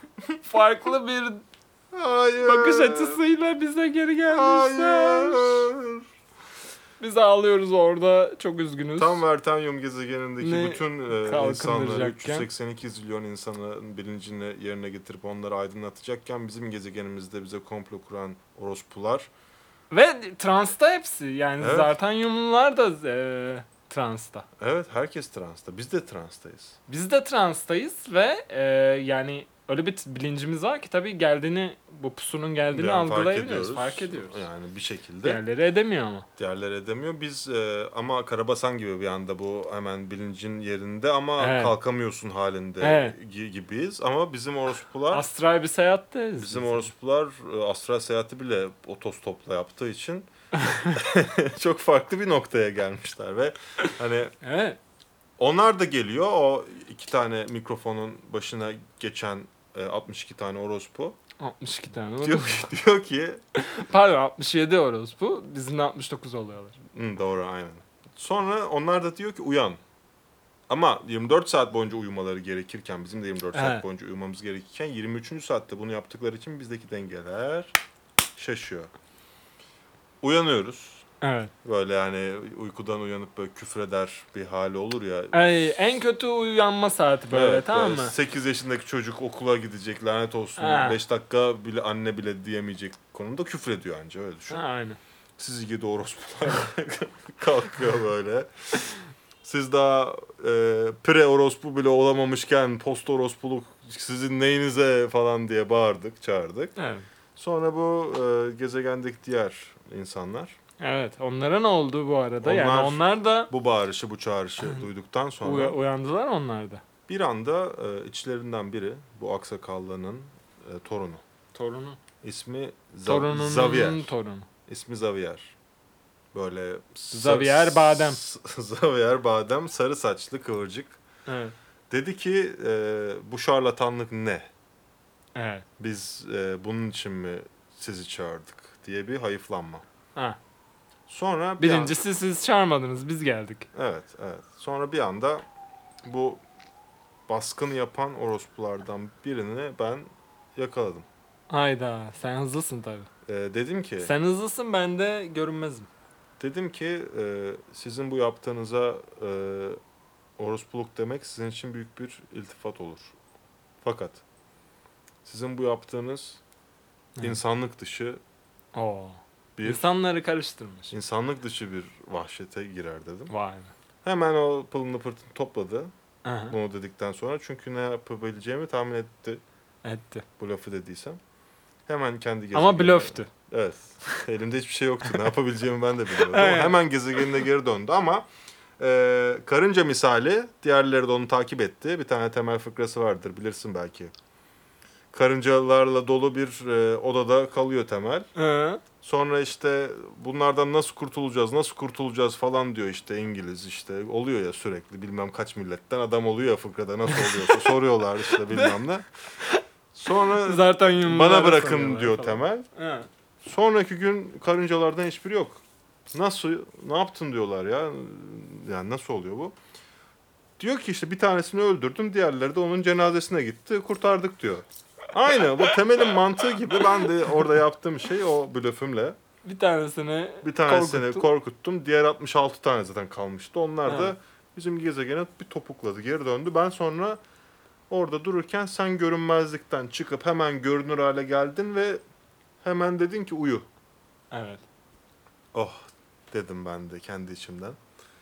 farklı bir
Hayır.
bakış açısıyla bize geri gelmişler.
Hayır.
Biz ağlıyoruz orada. Çok üzgünüz.
Tam Vertanyum gezegenindeki
Ne
bütün insanları,
kalkındıracakken?
382 zilyon insanın bilincini yerine getirip onları aydınlatacakken bizim gezegenimizde bize komplo kuran orospular.
Ve transta hepsi. Yani
Evet.
zaten Yumlular da transta.
Evet, herkes transta. Biz de transtayız.
Biz de transtayız ve yani öyle bir bilincimiz var ki tabii geldiğini, bu pusunun geldiğini
Yani
algılayabiliyoruz. Fark ediyoruz.
Yani bir şekilde.
Diğerleri edemiyor ama.
Diğerleri edemiyor. Biz ama Karabasan gibi bir anda bu hemen bilincin yerinde ama
Evet.
kalkamıyorsun halinde
Evet.
gibiyiz. Ama bizim orospular
Astral bir seyahatteyiz.
bizim orospular astral seyahati bile otostopla yaptığı için çok farklı bir noktaya gelmişler ve hani
Evet.
onlar da geliyor o iki tane mikrofonun başına geçen 62 tane orospu
62 tane.
diyor ki
Pardon 67 orospu. Bizim de 69 oluyorlar.
Doğru aynen. Sonra onlar da diyor ki uyan. Ama 24 saat boyunca uyumaları gerekirken bizim de 24 saat
Evet.
boyunca uyumamız gerekirken 23. saatte bunu yaptıkları için bizdeki dengeler şaşıyor. Uyanıyoruz.
Evet.
Böyle yani uykudan uyanıp böyle küfreder bir hali olur ya.
En kötü uyanma saati böyle,
Evet,
tamam
böyle
mı?
8 yaşındaki çocuk okula gidecek lanet olsun.
Ha.
5 dakika bile anne bile diyemeyecek konumda küfrediyor anca öyle düşün.
Ha, aynen.
Siz gidi orospular kalkıyor böyle. Siz daha pre orospu bile olamamışken post orospuluk sizin neyinize falan diye bağırdık, çağırdık.
Evet.
Sonra bu gezegendeki diğer insanlar
Evet. Onlara ne oldu bu arada? Yani onlar da
bu bağırışı, bu çağrışı duyduktan sonra
uyandılar onlar da.
bir anda içlerinden biri bu aksakallının torunu.
Torunu.
İsmi
Torununun
Xavier.
torunu.
İsmi Xavier. Böyle
Xavier Badem.
Xavier Badem, sarı saçlı, kıvırcık.
Evet.
Dedi ki bu şarlatanlık ne?
Evet.
Biz bunun için mi sizi çağırdık diye bir hayıflanma.
Ha.
Sonra
Birincisi siz çağırmadınız, biz geldik.
evet. Sonra bir anda bu baskını yapan orospulardan birini ben yakaladım.
Hayda, sen hızlısın tabii.
Dedim ki
Sen hızlısın, ben de görünmezim.
sizin bu yaptığınıza orospuluk demek sizin için büyük bir iltifat olur. Fakat sizin bu yaptığınız
Evet.
insanlık dışı
Oo.
bir
İnsanları karıştırmış.
insanlık dışı bir vahşete girer dedim.
Vay be.
Hemen o pılını pırtını topladı
Aha.
bunu dedikten sonra. Çünkü ne yapabileceğimi tahmin etti
Etti.
bu lafı dediysem. Hemen kendi
Ama
gezegenine-
blöftü.
Evet. Elimde hiçbir şey yoktu. Ne yapabileceğimi ben de bilmiyordum.
Evet.
Hemen gezegenine geri döndü ama karınca misali diğerleri de onu takip etti. Bir tane temel fıkrası vardır bilirsin belki. Karıncalarla dolu bir odada kalıyor Temel.
Hı.
Sonra işte bunlardan nasıl kurtulacağız falan diyor işte İngiliz işte. Oluyor ya sürekli bilmem kaç milletten adam oluyor ya fıkrada nasıl oluyorsa soruyorlar işte bilmem ne. Sonra
Zaten yumruları
bana bırakın
sanıyorlar
diyor
falan.
Temel.
Hı.
Sonraki gün karıncalardan hiçbiri yok. Nasıl, ne yaptın diyorlar ya. Yani nasıl oluyor bu? Diyor ki işte bir tanesini öldürdüm, diğerleri de onun cenazesine gitti, kurtardık diyor. Aynı, bu Temel'in mantığı gibi ben de orada yaptığım şey o blöfümle.
Bir tanesini
Bir tanesini
korkuttun.
korkuttum, diğer 66 tane zaten kalmıştı. Onlar da
Evet.
bizim gezegene bir topukladı, geri döndü. Ben sonra orada dururken sen görünmezlikten çıkıp hemen görünür hale geldin ve hemen dedin ki uyu.
Evet.
Oh dedim ben de kendi içimden.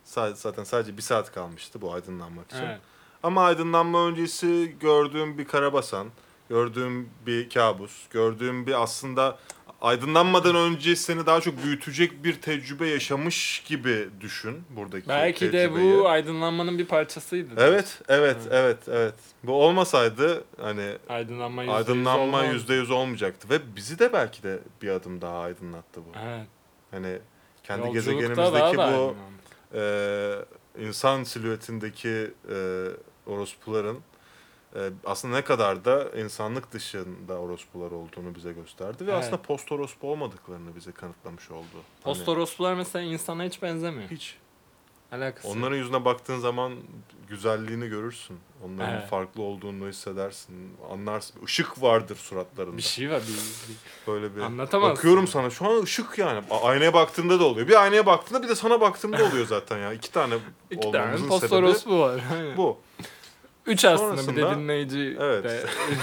Zaten sadece bir saat kalmıştı bu aydınlanmak için.
Evet.
Ama aydınlanma öncesi gördüğüm bir karabasan, gördüğüm bir kabus, gördüğüm bir aslında aydınlanmadan önce seni daha çok büyütecek bir tecrübe yaşamış gibi düşün buradaki
Belki de
tecrübeyi.
bu aydınlanmanın bir parçasıydı.
Evet. Bu olmasaydı hani
Aydınlanma %100
aydınlanma
olmaz.
%100 olmayacaktı ve bizi de belki de bir adım daha aydınlattı bu.
Evet.
Hani kendi
Yolculukta
gezegenimizdeki
daha da
bu
aydınlandı.
insan silüetindeki orospuların aslında ne kadar da insanlık dışında orospular olduğunu bize gösterdi ve
Evet.
aslında post orospu olmadıklarını bize kanıtlamış oldu.
Post orospular mesela insana hiç benzemiyor.
Hiç.
Alakası yok.
Onların yüzüne baktığın zaman güzelliğini görürsün. Onların
Evet.
farklı olduğunu hissedersin. Anlarsın. Işık vardır suratlarında.
Bir şey var.
Böyle bir
Anlatamazsın.
bakıyorum sana şu an ışık yani. Aynaya baktığında da oluyor. Bir aynaya baktığında bir de sana baktığımda oluyor zaten ya. İki tane
İki tane
olmamızın
post
sebebi
orospu var. Aynen.
bu.
3 aslında bir de
Sonrasında-
dinleyici
Evet.
de.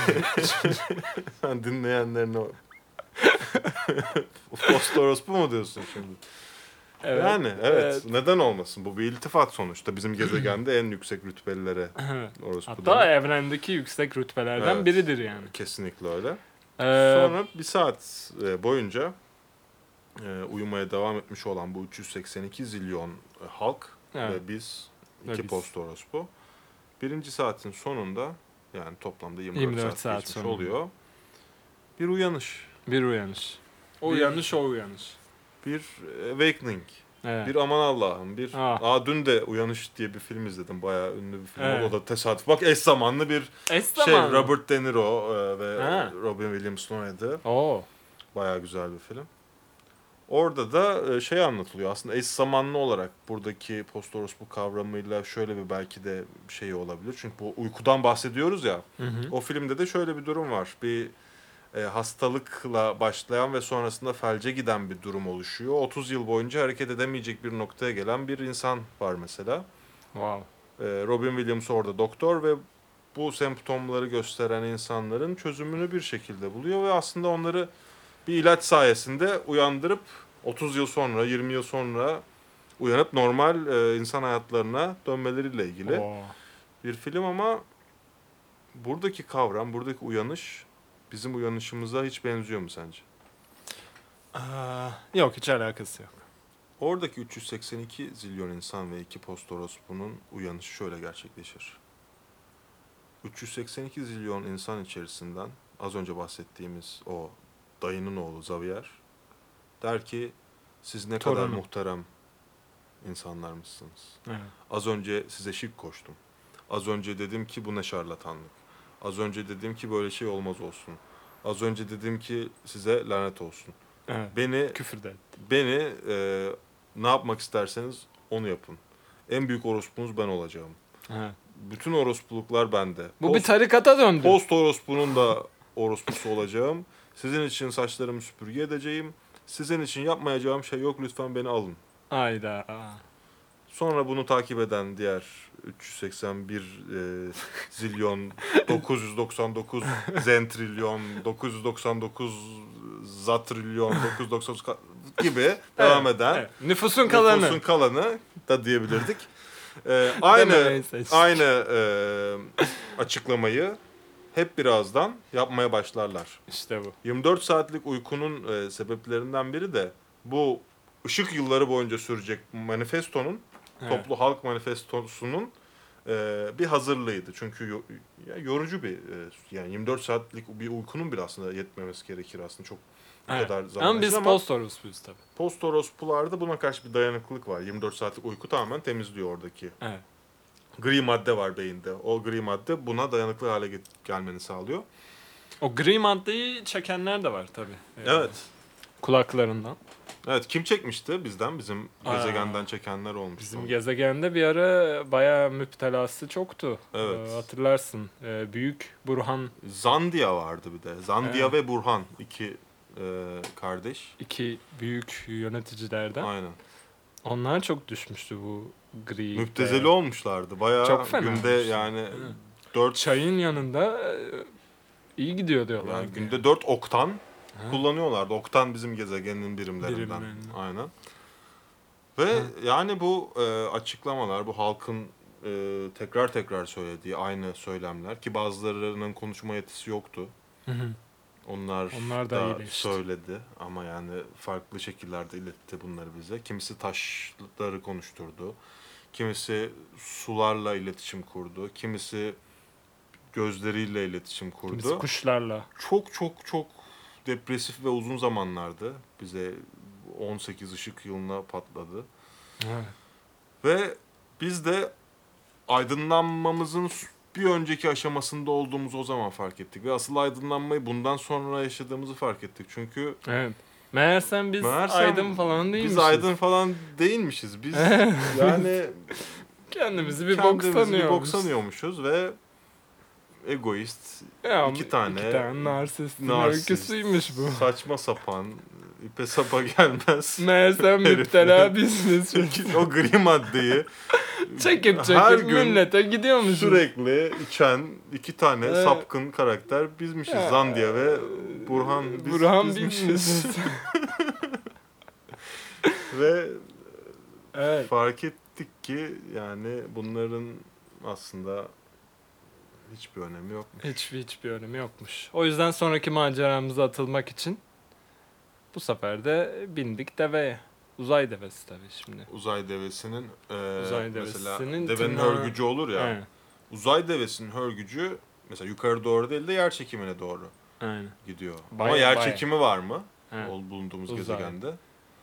Sen dinleyenlerine post orospu mu diyorsun şimdi?
Evet.
Yani evet. Neden olmasın? Bu bir iltifat sonuçta. Bizim gezegende en yüksek rütbelilere
Evet.
orospu
Hatta
denir.
evrendeki yüksek rütbelerden
Evet.
biridir yani.
Kesinlikle öyle.
Ee,
Sonra bir saat boyunca uyumaya devam etmiş olan bu 382 zilyon halk
Evet.
ve biz
Ve
iki
biz.
post orospu. Birinci saatin sonunda yani toplamda 24,
24
saat
saat
geçmiş
sonra.
oluyor. Bir uyanış.
bir uyanış. O
Bir-
uyanış o uyanış.
Bir awakening.
Evet.
Bir aman Allah'ım. Dün de Uyanış diye bir film izledim. Bayağı ünlü bir film.
Evet.
O da tesadüf. Bak eş zamanlı bir
Zamanlı.
Robert De Niro ve
Ha.
Robin Williams'ın oynadığı.
Oo.
Bayağı güzel bir film. Orada da anlatılıyor. Aslında eş zamanlı olarak buradaki post orospu kavramıyla şöyle bir belki de şey olabilir. Çünkü bu uykudan bahsediyoruz ya.
Hı hı.
O filmde de şöyle bir durum var. Bir hastalıkla başlayan ve sonrasında felce giden bir durum oluşuyor. 30 yıl boyunca hareket edemeyecek bir noktaya gelen bir insan var mesela.
Wow.
Robin Williams orada doktor ve bu semptomları gösteren insanların çözümünü bir şekilde buluyor ve aslında onları bir ilaç sayesinde uyandırıp 30 yıl sonra, 20 yıl sonra uyanıp normal insan hayatlarına dönmeleriyle ilgili
Oo.
bir film ama buradaki kavram, buradaki uyanış bizim uyanışımıza hiç benziyor mu sence?
Yok, hiç alakası yok.
Oradaki 382 zilyon insan ve iki post orospunun uyanışı şöyle gerçekleşir. 382 zilyon insan içerisinden az önce bahsettiğimiz o dayının oğlu Xavier der ki siz ne kadar
Torunu.
muhterem insanlarmışsınız.
Evet.
Az önce size şirk koştum. Az önce dedim ki bu ne şarlatanlık. Az önce dedim ki böyle şey olmaz olsun. Az önce dedim ki size lanet olsun.
Evet.
Beni
Küfür de.
Beni ne yapmak isterseniz onu yapın. En büyük orospunuz ben olacağım.
Evet.
Bütün orospuluklar bende.
Bu bir tarikata döndü.
Post orospunun da orospusu olacağım. Sizin için saçlarımı süpürge edeceğim. Sizin için yapmayacağım şey yok, lütfen beni alın.
Ayda.
Sonra bunu takip eden diğer 381 zilyon 999 zentrilyon 999 zatrilyon 999 gibi devam eden
Evet. Nüfusun kalanı.
nüfusun kalanı da diyebilirdik. Aynı
Dememeyi seçtik.
açıklamayı hep birazdan yapmaya başlarlar.
İşte bu.
24 saatlik uykunun sebeplerinden biri de bu ışık yılları boyunca sürecek manifestonun,
Evet.
toplu halk manifestosunun bir hazırlığıydı. Çünkü yorucu bir yani 24 saatlik bir uykunun bile aslında yetmemesi gerekir aslında çok bu
Evet.
kadar zaman.
Ama biz post orospuyuz tabii.
Post orospularda buna karşı bir dayanıklılık var. 24 saatlik uyku tamamen temizliyor oradaki.
Evet.
Gri madde var beyinde. O gri madde buna dayanıklı hale gelmeni sağlıyor.
O gri maddeyi çekenler de var tabii.
Evet.
Kulaklarından.
Evet, kim çekmişti bizden? Bizim
Aa.
gezegenden çekenler olmuştu.
Bizim gezegende bir ara bayağı müptelası çoktu.
Evet.
Hatırlarsın. Büyük Burhan,
Zandia vardı bir de. Zandia
Evet.
ve Burhan iki kardeş.
iki büyük yöneticilerden.
Aynen.
Onlar çok düşmüştü bu gri.
Müptezeli olmuşlardı. Bayağı
Çok fena
günde
olmuştu.
yani
Evet.
4
Çayın yanında iyi gidiyor diyorlar.
yani günde 4 oktan
Ha.
kullanıyorlardı. Oktan bizim gezegenin birimlerinden.
Birimlerinden.
Aynen. Ve yani bu açıklamalar, bu halkın tekrar tekrar söylediği aynı söylemler ki bazılarının konuşma yetisi yoktu.
Hı hı.
Onlar
Onlar da
da
iyileşti.
söyledi ama yani farklı şekillerde iletti bunları bize. Kimisi taşları konuşturdu. Kimisi sularla iletişim kurdu. Kimisi gözleriyle iletişim kurdu.
Kimisi kuşlarla.
Çok çok çok depresif ve uzun zamanlardı. Bize 18 ışık yılına patladı.
Evet.
Ve biz de aydınlanmamızın bir önceki aşamasında olduğumuzu o zaman fark ettik. Ve asıl aydınlanmayı bundan sonra yaşadığımızı fark ettik. Çünkü
Evet. Meğersem biz
meğersem
aydın falan değilmişiz.
biz aydın falan değilmişiz. Biz yani
Kendimizi bir bok
kendimizi bir bok
sanıyormuşuz.
sanıyormuşuz ve egoist,
Ya,
iki tane
narsistin
narsist,
öyküsüymüş bu.
saçma sapan, ipe sapa gelmez.
Meğersem müptela bizmiş.
O gri maddeyi
Çekip
her
çekip
gün
millete gidiyormuşuz.
sürekli içen iki tane
Evet.
sapkın karakter bizmişiz.
Ya,
Zandia ve Burhan,
Burhan
bizmişiz.
bizmişiz.
Ve
Evet.
fark ettik ki yani bunların aslında hiçbir önemi yokmuş.
Hiçbir önemi yokmuş. O yüzden sonraki maceramıza atılmak için bu sefer de bindik deveye. Uzay devesi tabii şimdi.
Uzay devesinin
Uzay
mesela
devesinin
devenin
tırnağı-
hörgücü olur ya.
Aynen.
Uzay devesinin hörgücü mesela yukarı doğru değil de yer çekimine doğru
Aynen.
gidiyor. Ama
Bayağı-
yer
bayağı.
çekimi var mı?
Evet.
Bulunduğumuz
Uzay.
gezegende.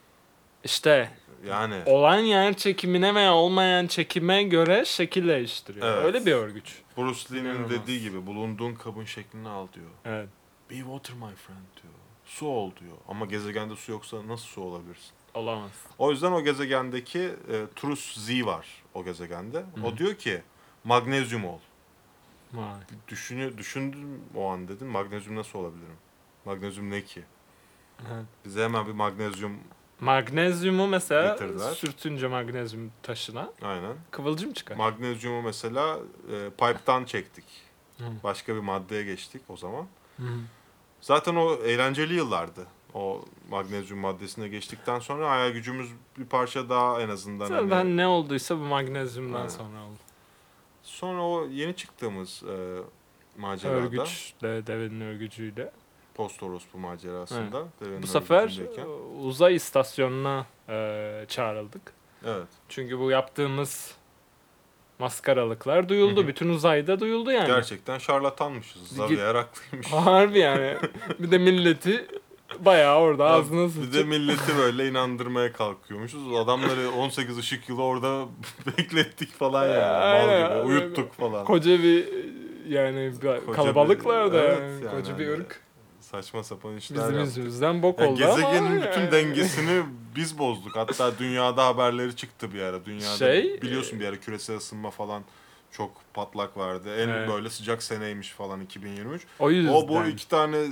İşte
Yani
olan yer çekimine veya olmayan çekime göre şekil değiştiriyor.
Evet.
Öyle bir örgüç.
Bruce Lee'nin
İnanılmaz.
dediği gibi bulunduğun kabın şeklini al diyor.
Evet.
Be water my friend diyor. Su ol diyor. Ama gezegende su yoksa nasıl su olabilirsin?
Olamaz.
O yüzden o gezegendeki Trus Z var o gezegende.
Hı.
O diyor ki magnezyum ol.
Vay.
Düşündüm o an dedin. Magnezyum nasıl olabilirim? Magnezyum ne ki?
Evet.
Bize hemen bir magnezyum
Magnezyumu mesela
Getirdiler.
sürtünce magnezyum taşına
aynen.
kıvılcım çıkar.
Magnezyumu mesela pipe'tan çektik.
Hı.
Başka bir maddeye geçtik o zaman.
Hı.
Zaten o eğlenceli yıllardı. O magnezyum maddesine geçtikten sonra hayal gücümüz bir parça daha en azından.
Zaten
Hani...
ne olduysa bu magnezyumdan
Aynen.
sonra oldu.
Sonra o yeni çıktığımız macerada,
Örgüçle, devenin örgücüyle.
post orospu macerasında. Devenin
Bu sefer
örgütündeyken.
uzay istasyonuna çağrıldık.
Evet.
Çünkü bu yaptığımız maskaralıklar duyuldu.
Hı hı.
Bütün uzayda duyuldu yani.
Gerçekten şarlatanmışız. Xavier haklıymış.
Harbi yani. Bir de milleti bayağı orada ağzına
Bir de
sıçıp
milleti böyle inandırmaya kalkıyormuşuz. Adamları 18 ışık yılı orada beklettik falan yani.
Aynen.
Mal gibi. Uyuttuk falan.
koca bir yani
Koca
kalabalıklar da
bir- evet
yani.
yani
Koca bir
hani
ırk.
Saçma sapan işler
Bizim
yaptık.
yüzümüzden bok
Yani
oldu ama.
gezegenin bütün
yani.
dengesini biz bozduk. Hatta dünyada haberleri çıktı bir ara. Dünyada biliyorsun bir ara küresel ısınma falan çok patlak verdi. En
Evet.
böyle sıcak seneymiş falan 2023.
O yüzden.
O bu iki tane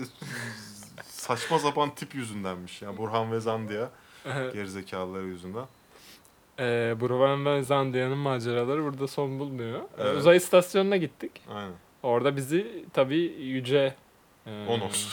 saçma sapan tip yüzündenmiş. Yani Burhan ve Zandia gerizekalıları yüzünden.
Burhan ve Zandia'nın maceraları burada son bulmuyor.
Evet.
Uzay istasyonuna gittik.
Aynen.
Orada bizi tabii yüce
Onos.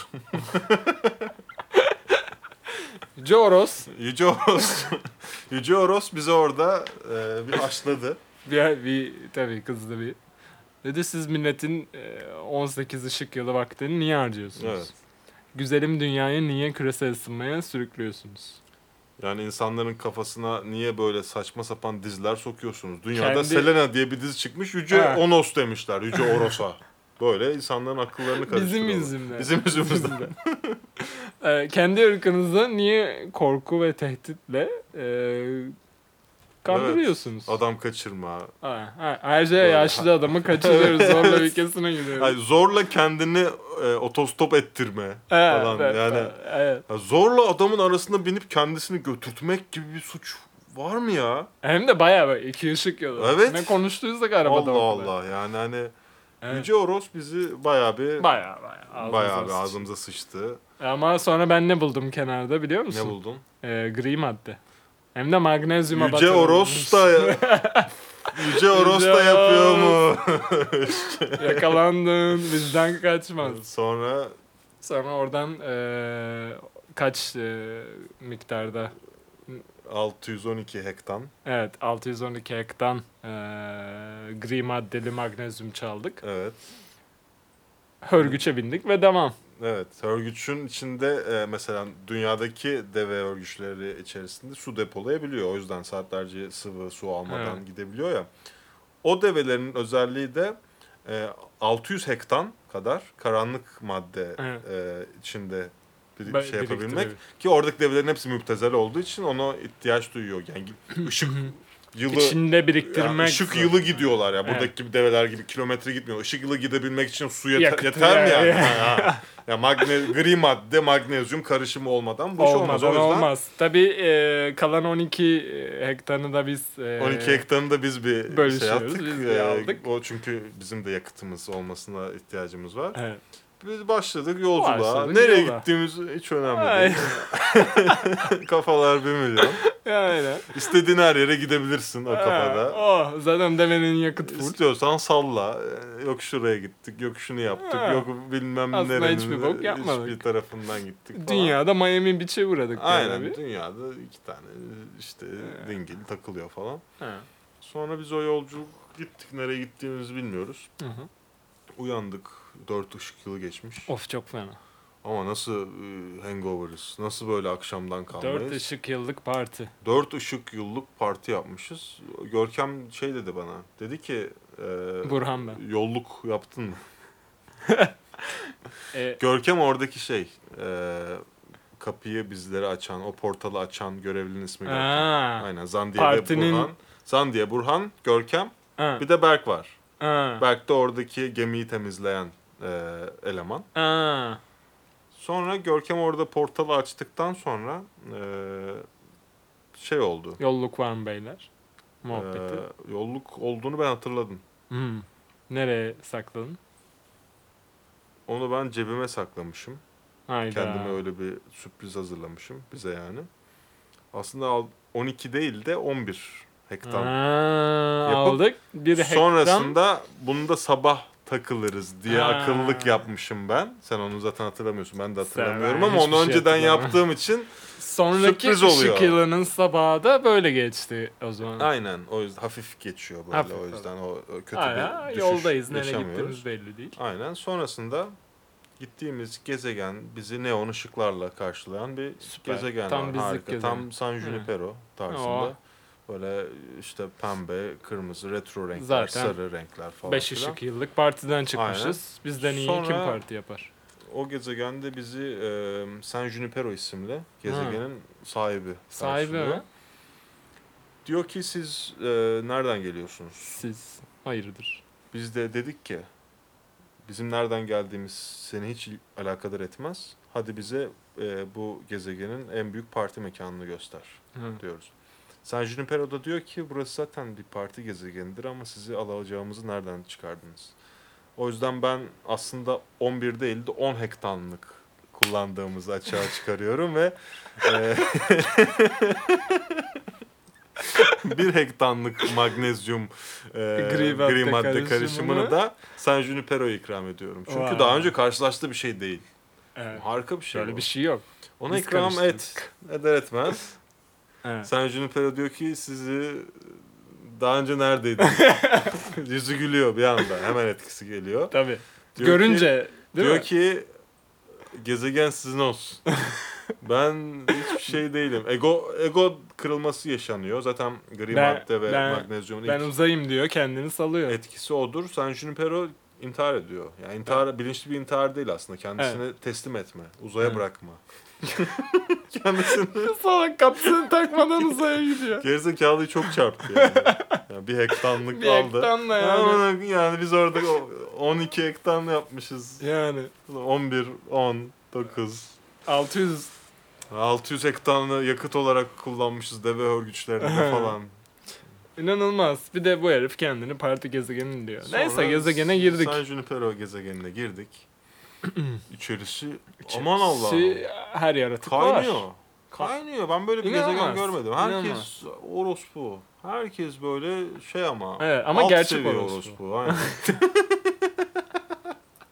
Yüce Oros
Yüce Oros. Yüce Oros bizi orada bir haşladı.
bir tabii kızdı bir. Dedi siz milletin 18 ışık yılı vaktini niye harcıyorsunuz?
Evet.
Güzelim dünyayı niye küresel ısınmaya sürüklüyorsunuz?
Yani insanların kafasına niye böyle saçma sapan diziler sokuyorsunuz? Dünyada
Kendi-
Selena diye bir dizi çıkmış. Yüce
Ha.
Onos demişler. Yüce Oros'a. Böyle insanların akıllarını
Bizim
karıştırıyorlar.
yüzümüzden.
Bizim yüzümüzden.
Kendi ırkınızı niye korku ve tehditle kandırıyorsunuz?
Adam kaçırma.
Her şeye
Böyle.
yaşlı adamı kaçırıyoruz. Zorla ülkesine gidiyoruz.
Yani zorla kendini otostop ettirme falan. Yani
evet.
ya zorla adamın arasına binip kendisini götürtmek gibi bir suç var mı ya?
Hem de bayağı böyle 2 ışık yılı.
Evet.
Ne konuştuysak arabada
Allah
o kadar.
Allah. Yani hani
Evet.
Yüce Oros bizi bayağı bir ağzımıza sıçtı.
Ama sonra ben ne buldum kenarda biliyor musun?
Ne buldun?
Gri madde. Hem de magnezyuma
Yüce
batırılmış.
Oros da Yüce Oros da yapıyor mu?
Yakalandın. Bizden kaçmaz.
Sonra
Sonra oradan kaç miktarda
612 hektan.
Evet, 612 hektan gri maddeli magnezyum çaldık.
Evet.
Hörgüç'e bindik ve devam.
Evet. Hörgüç'ün içinde mesela dünyadaki deve örgüçleri içerisinde su depolayabiliyor. O yüzden saatlerce sıvı su almadan
Evet.
gidebiliyor ya. O develerin özelliği de 600 hektan kadar karanlık madde
Evet.
içinde bir
Be-
şey yapabilmek.
biriktirebilir.
Ki oradaki develerin hepsi müptezel olduğu için ona ihtiyaç duyuyor. Yani ışık yılı,
İçinde biriktirmek.
yani ışık yılı
zorunda.
gidiyorlar ya.
Evet.
Buradaki gibi develer gibi kilometre gitmiyor. Işık yılı gidebilmek için su
Yakıtı
yeter mi yani?
ya.
Ya gri madde, magnezyum karışımı olmadan bu iş olmaz. O
Olmadan
yüzden
olmaz. Tabii kalan 12 hektarını da biz
12 hektarını da biz bir şey
bölüşüyoruz,
yaptık.
biz bir aldık.
O çünkü bizim de yakıtımız olmasına ihtiyacımız var.
Evet.
Biz başladık yolculuğa.
Başladık
Nereye
yola.
gittiğimiz hiç önemli
Ay.
değil. Kafalar 1 milyon.
Yani.
İstediğin her yere gidebilirsin o kafada.
Oh, zaten devenin yakıt full.
İstiyorsan salla. Yok şuraya gittik, yok şunu yaptık,
Ha.
yok bilmem
Aslında
nerenin
hiçbir bok yapmadık.
hiçbir tarafından gittik falan.
Dünyada Miami Beach'e uğradık.
Aynen,
böyle bir.
dünyada 2 tane işte dingil takılıyor falan.
Ha.
Sonra biz o yolculuk gittik. Nereye gittiğimizi bilmiyoruz.
Hı hı.
Uyandık. 4 ışık yılı geçmiş.
Of, çok fena.
Ama nasıl hangover'ız? Nasıl böyle akşamdan kalmayız?
4 ışık yıllık parti.
4 ışık yıllık parti yapmışız. Görkem şey dedi bana. Dedi ki
Burhan ben.
yolluk yaptın mı?
E,
Görkem oradaki şey kapıyı bizlere açan, o portalı açan görevlinin ismi Görkem.
Ha.
Aynen, Zandiye
Partinin-
ve Burhan. Zandiye, Burhan, Görkem,
ha.
bir de Berk var.
Ha.
Berk de oradaki gemiyi temizleyen eleman.
Ha.
Sonra Görkem orada portalı açtıktan sonra şey oldu.
Yolluk var mı beyler? Muhabbeti.
Yolluk olduğunu ben hatırladım.
Hmm. Nereye sakladın?
Onu ben cebime saklamışım.
Hayda.
Kendime öyle bir sürpriz hazırlamışım bize yani. Aslında 12 değil de 11 hektar. yapıp
Aldık. Bir hektar.
Sonrasında bunu da sabah takılırız diye
Ha.
akıllılık yapmışım ben. Sen onu zaten hatırlamıyorsun. Ben de hatırlamıyorum
Ben
ama onu
hiçbir şey
önceden
hatırlamam.
yaptığım için
Sonraki
sürpriz oluyor.
ışık yılının sabahı da böyle geçti o zaman.
aynen, o yüzden hafif geçiyor böyle.
Hafif,
o yüzden o kötü
Hala
bir düşüş
yoldayız. Nereye
yaşamıyoruz.
gittiğimiz belli değil.
Aynen. Sonrasında gittiğimiz gezegen bizi neon ışıklarla karşılayan bir
Süper.
gezegen
Tam
var.
bizlik
Harika.
gezegen.
Tam San Junipero tarzında.
Oh.
Böyle işte pembe, kırmızı, retro renkler,
Zaten
sarı renkler falan
5
filan.
ışık yıllık partiden çıkmışız. Bizden iyi
Sonra-
kim parti yapar?
O gezegende bizi San Junipero isimli gezegenin sahibi
Sahibi
karşılıyor.
mi?
Diyor ki siz nereden geliyorsunuz?
Siz. Hayırdır?
Biz de dedik ki bizim nereden geldiğimiz seni hiç alakadar etmez. Hadi bize bu gezegenin en büyük parti mekanını göster
Hı.
diyoruz. San Junipero da diyor ki burası zaten bir parti gezegenidir ama sizi alacağımızı nereden çıkardınız? O yüzden ben aslında 11 değil de 10 hektanlık kullandığımızı açığa çıkarıyorum ve 1 hektanlık magnezyum gri madde karışımını da San Junipero'ya ikram ediyorum. Çünkü
Vay.
daha önce karşılaştığı bir şey değil.
Evet.
Harika bir şey
Şöyle
bu.
bir şey yok.
Ona
Biz
ikram
karıştırdık.
eder etmez.
Evet.
San Junipero diyor ki sizi daha önce neredeydin? Yüzü gülüyor bir anda. Hemen etkisi geliyor.
Tabii.
Diyor
Görünce değil
diyor
mi?
ki gezegen sizin olsun. Ben hiçbir şey değilim. Ego kırılması yaşanıyor. Zaten gri madde ve magnezyumun
Ben
ilk
uzayım diyor, kendini salıyor.
etkisi odur. San Junipero intihar ediyor. Yani bilinçli bir intihar değil aslında. Kendisini teslim etme. Uzaya
Evet.
bırakma. Kendisini
Salak kapısını takmadan uzaya gidiyor.
gerizekalıyı çok çarptı yani. Yani 1 hektanlık
Bir
aldı.
hektanla yani.
Aman, yani biz orada 12 hektan yapmışız.
Yani
11, 10, 9.
600
600 hektarını yakıt olarak kullanmışız deve örgüçlerinde falan.
inanılmaz. Bir de bu herif kendini parti gezegeni diyor.
Sonra
Neyse gezegene girdik.
San Junipero gezegenine girdik. İçerisi aman Allah'ım.
Her yaratık var.
Kaynıyor. Kaynıyor. Ben böyle bir gezegen
İnanılmaz.
görmedim. Herkes orospu. Herkes böyle şey ama.
Evet, ama
alt
gerçek
seviye
orospu.
Aynen.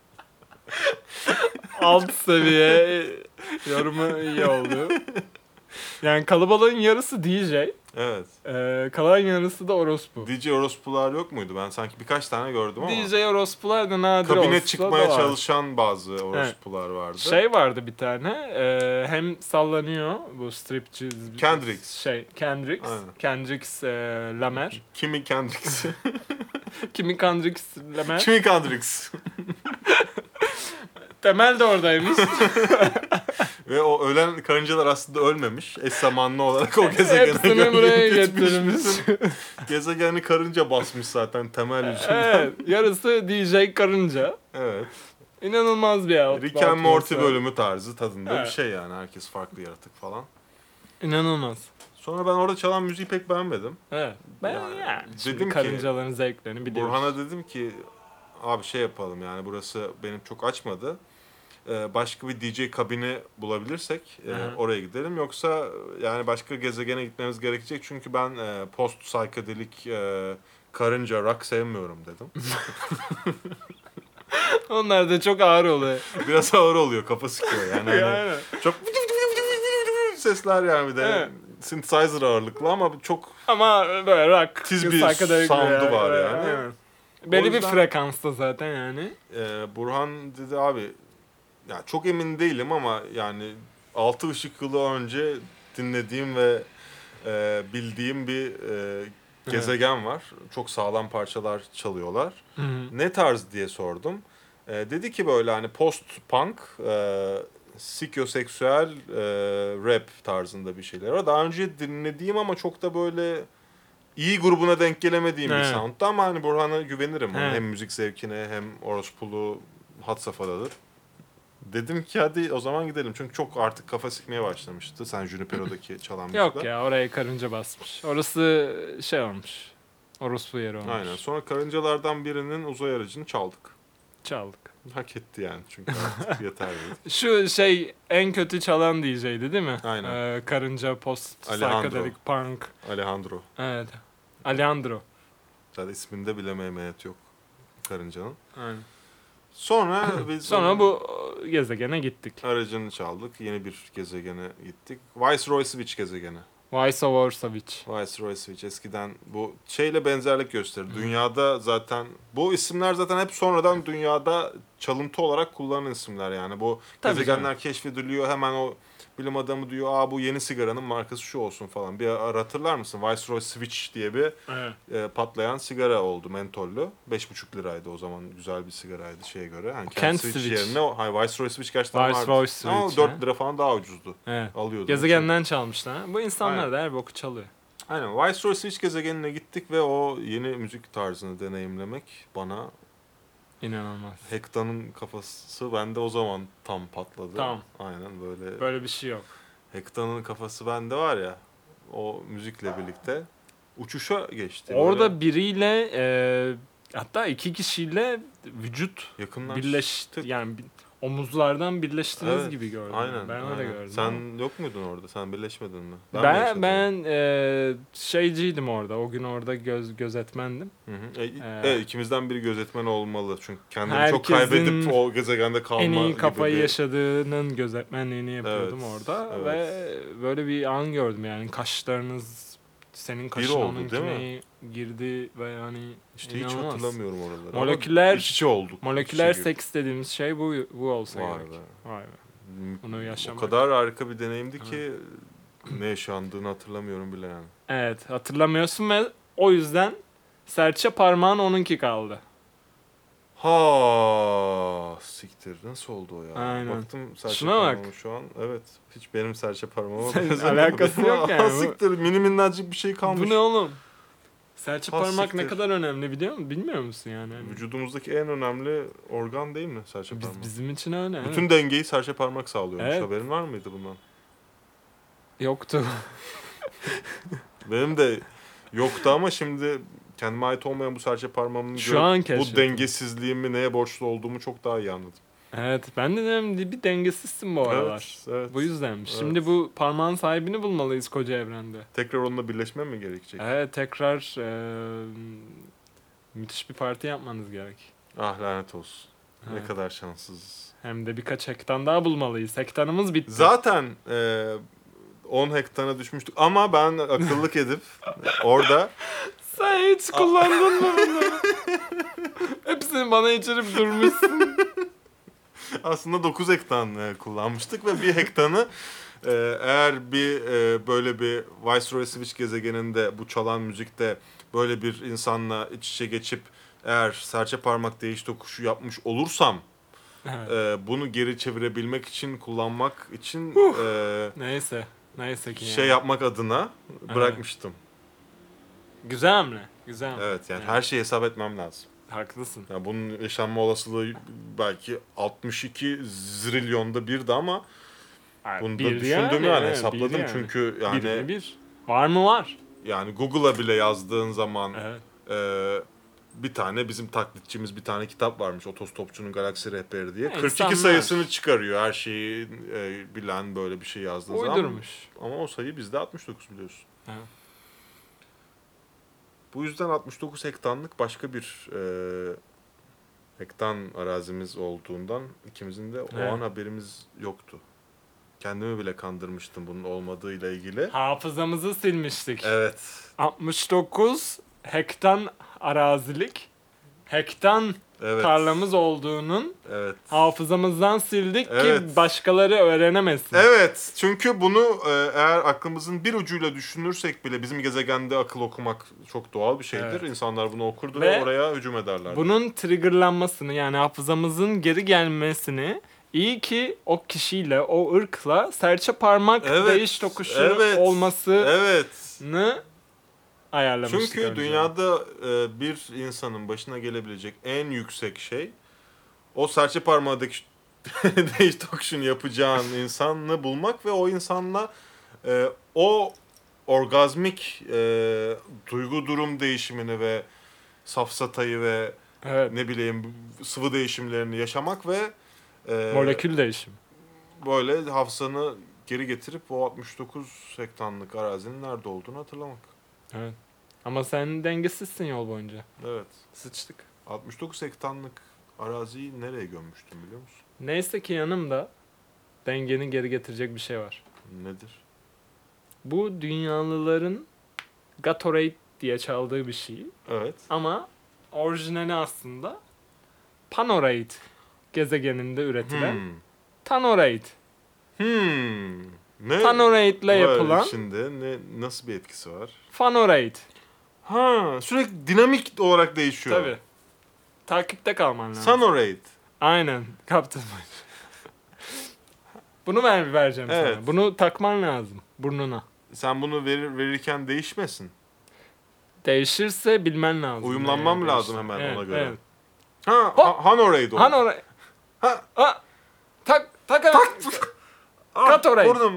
Alt seviye yorumu iyi oldu. Yani kalabalığın yarısı DJ,
Evet.
kalan yarısı da orospu.
DJ orospular yok muydu? Ben sanki birkaç tane gördüm ama.
DJ orospular da nadir olsa
Kabine
da
çıkmaya
var.
çalışan bazı orospular vardı.
Şey vardı bir tane, hem sallanıyor bu stripçi...
Kendricks.
Kendricks.
Aynen.
Kendricks Lamer.
Kimi Kendricks?
Kimi Kendricks Lamer.
Kimi Kendricks?
Temel de oradaymış.
Ve o ölen karıncalar aslında ölmemiş. Eş zamanlı olarak o gezegene
Hepsini buraya
gitmiş.
getirmiş.
Gezegeni karınca basmış zaten temel yüzünden.
Evet, yarısı DJ karınca.
Evet.
İnanılmaz bir outfit.
Rick and Morty bölümü tarzı tadında
Evet.
bir şey yani. Herkes farklı yaratık falan.
İnanılmaz.
Sonra ben orada çalan müziği pek beğenmedim.
Evet. Ben
Yani
yani şimdi
dedim ki,
karıncaların zevklerini biliyoruz.
Burhan'a dedim ki abi şey yapalım yani burası benim çok açmadı. Başka bir DJ kabini bulabilirsek
Hı.
oraya gidelim. Yoksa yani başka gezegene gitmemiz gerekecek. Çünkü ben post psychedelic karınca rock sevmiyorum dedim.
Onlar da çok ağır oluyor.
Biraz ağır oluyor, kafa sıkıyor yani. Hani
Yani.
çok sesler yani bir de.
Evet.
Synthesizer ağırlıklı ama çok
Ama böyle rock.
Tiz bir
psychedelic
sound'u var
evet,
yani.
evet. Belli bir
yüzden-
frekansta zaten yani.
Burhan dedi abi ya çok emin değilim ama yani 6 ışık yılı önce dinlediğim ve bildiğim bir gezegen var. Çok sağlam parçalar çalıyorlar.
Hı hı.
Ne tarz diye sordum. Dedi ki böyle hani post-punk, psikoseksüel rap tarzında bir şeyler var. Daha önce dinlediğim ama çok da böyle iyi grubuna denk gelemediğim bir
Evet.
sound'da ama hani Burhan'a güvenirim. Onun
Evet.
hem müzik zevkine hem orospulu had safhadadır. Dedim ki hadi o zaman gidelim. Çünkü çok artık kafa sıkmaya başlamıştı. San Junipero'daki çalan müzikler.
Yok ya, oraya karınca basmış. Orası şey olmuş. Orospu yeri olmuş.
Aynen. Sonra karıncalardan birinin uzay aracını çaldık.
Çaldık.
Hak etti yani çünkü artık yeter dedi.
Şu şey en kötü çalan DJ'di değil mi?
Aynen.
Karınca post
Alejandro.
psychedelic punk.
Alejandro.
Evet. Alejandro.
Zaten isminde bile mehmet yok karıncanın.
Aynen.
Sonra biz
Sonra
onun
bu gezegene gittik.
aracını çaldık. Yeni bir gezegene gittik. Viceroy Switch gezegeni.
Vice over Savage.
Viceroy Switch eskiden bu şeyle benzerlik gösterir. Dünyada zaten bu isimler zaten hep sonradan dünyada çalıntı olarak kullanılan isimler yani. Bu
Tabii
gezegenler keşfediliyor hemen o bilim adamı diyor aa bu yeni sigaranın markası şu olsun falan. Bir ara hatırlar mısın? Viceroy Switch diye bir
Evet.
patlayan sigara oldu mentollü. 5,5 liraydı o zaman güzel bir sigaraydı şeye göre. Hani
Kent
Switch
Switch.
yerine Viceroy Switch gerçekten
Viceroy
vardı.
Switch,
Ama 4 lira falan daha ucuzdu.
Evet.
Alıyordum.
Gezegenden çalmışlar. Bu insanlar
Aynen.
da her boku çalıyor.
Aynen. Viceroy Switch gezegenine gittik ve o yeni müzik tarzını deneyimlemek bana
İnanılmaz.
Hekta'nın kafası bende o zaman tam patladı.
Tamam.
Aynen böyle.
Böyle bir şey yok.
Hekta'nın kafası bende var ya o müzikle birlikte uçuşa geçti.
Orada
Böyle
biriyle hatta iki kişiyle vücut
yakından
birleşti. Yani omuzlardan birleştiniz
Evet,
gibi gördüm.
Aynen.
Ben öyle
aynen.
gördüm.
Sen yok muydun orada? Sen birleşmedin mi? mi
Ben
yaşadım?
şeyciydim orada. O gün orada gözetmendim.
Hı hı.
Ee,
ikimizden biri gözetmen olmalı. Çünkü kendini çok
herkesin
kaybedip o gezegende kalma
En iyi
gibi
kafayı
bir...
yaşadığının gözetmenliğini yapıyordum
Evet,
orada
evet.
ve böyle bir an gördüm yani kaşlarınız senin kaşın
oldu, değil
onunkine girdi ve yani
İşte hiç
inanılmaz.
hatırlamıyorum oraları.
Moleküler-
Ama iç içe olduk.
Moleküler
İç içe girdik.
seks dediğimiz şey bu olsa
Vay
gerek.
be.
Vay be. Bunu
O
yaşamak.
kadar harika bir deneyimdi ki ne yaşandığını hatırlamıyorum bile yani.
Evet, hatırlamıyorsun ve o yüzden serçe parmağın onunki kaldı.
Ha siktir nasıl oldu o ya?
Aynen.
Baktım serçe
Şuna bak.
parmağım şu an. Evet. Hiç benim serçe parmağıma
Senin
benzemiyor.
alakası yok yani.
Ha, siktir mini minnacık bir şey kalmış.
Bu ne oğlum? Serçe
Ha,
parmak ne
siktir.
kadar önemli biliyor musun? Bilmiyor musun yani?
Vücudumuzdaki en önemli organ değil mi serçe parmak?
Bizim için öyle. evet.
Bütün dengeyi serçe parmak sağlıyormuş.
Evet.
Haberin var mıydı bundan?
Yoktu.
Benim de yoktu ama şimdi kendime ait olmayan bu serçe parmağımın
Şu an
bu
keşfettim.
dengesizliğimi neye borçlu olduğumu çok daha iyi anladım.
Evet, ben de dedim bir dengesizsin bu aralar.
Evet, evet.
Bu yüzdenmiş.
Evet.
Şimdi bu parmağın sahibini bulmalıyız koca evrende.
Tekrar onunla birleşmem mi gerekecek?
Evet, tekrar müthiş bir parti yapmanız gerek.
Ah lanet olsun. Ne
Evet.
kadar şanssızız.
Hem de birkaç hektan daha bulmalıyız. Hektanımız bitti.
Zaten 10 hektara düşmüştük. Ama ben akıllık edip orada
Sen hiç kullandın mı bunu? Hepsini bana içirip durmuşsun.
aslında 9 hektar kullanmıştık ve 1 hektarı eğer bir böyle bir Viceroy Switch gezegeninde bu çalan müzikte böyle bir insanla iç içe geçip eğer serçe parmak değiş tokuşu yapmış olursam
Evet.
bunu geri çevirebilmek için kullanmak için
Neyse. Neyse ki
şey
yani.
yapmak adına bırakmıştım.
Güzel hamle. Güzel hamle.
Evet yani her şeyi hesap etmem lazım.
Haklısın.
Yani bunun yaşanma olasılığı belki 62 zrilyonda birdi ama bunu da
Bir
düşündüm yani hesapladım
bir yani.
çünkü
Bir mi
yani
bir? Var mı var?
yani Google'a bile yazdığın zaman
Evet.
bir tane bizim taklitçimiz bir tane kitap varmış Otostopçunun Galaksi Rehberi diye. 42
İnsanlar.
sayısını çıkarıyor her şeyi bilen böyle bir şey yazdığı zaman.
Uydurmuş.
Ama o sayı bizde 69 biliyorsun.
Evet.
Bu yüzden 69 hektarlık başka bir hektar arazimiz olduğundan ikimizin de o
Evet.
an haberimiz yoktu. Kendimi bile kandırmıştım bunun olmadığıyla ilgili.
Hafızamızı silmiştik.
Evet.
69 hektar arazilik hektar
Evet.
tarlamız olduğunun
Evet.
hafızamızdan sildik
Evet.
ki başkaları öğrenemesin.
Evet. Çünkü bunu eğer aklımızın bir ucuyla düşünürsek bile bizim gezegende akıl okumak çok doğal bir şeydir.
Evet.
İnsanlar bunu okurdu
Ve
ve oraya hücum ederler.
Bunun triggerlanmasını yani hafızamızın geri gelmesini iyi ki o kişiyle, o ırkla serçe parmak
Evet,
değiş tokuşu
evet,
olmasını
Evet.
ayarlamıştık
Çünkü
önce.
dünyada bir insanın başına gelebilecek en yüksek şey o serçe parmağındaki değiş tokuşunu yapacağın insanı bulmak ve o insanla o orgazmik duygu durum değişimini ve safsatayı ve
Evet.
ne bileyim sıvı değişimlerini yaşamak ve
Molekül değişimi.
böyle hafızanı geri getirip o 69 hektarlık arazinin nerede olduğunu hatırlamak.
Evet. Ama sen dengesizsin yol boyunca.
Evet.
Sıçtık.
69 hektarlık araziyi nereye gömmüştüm biliyor musun?
Neyse ki yanımda dengeni geri getirecek bir şey var.
Nedir?
Bu dünyalıların Gatorade diye çaldığı bir şey.
Evet.
Ama orijinali aslında Panorade gezegeninde üretilen
Hmm.
Tanorade.
Ne?
Tanorade ile
var
yapılan
içinde nasıl bir etkisi var?
Fanorade.
Ha, sürekli dinamik olarak değişiyor.
Tabii. Takipte kalman lazım.
Sonorate.
Aynen. Kaptın. Bunu vereceğim
Evet.
sana. Bunu takman lazım burnuna.
Sen bunu verirken değişmesin.
Değişirse bilmen lazım.
Uyumlanmam
neye
lazım
değişti.
hemen
Evet,
ona göre.
Evet.
Hanorade oldu.
Hanorade.
Ha.
Tak hemen. Gatorade.
Burnum.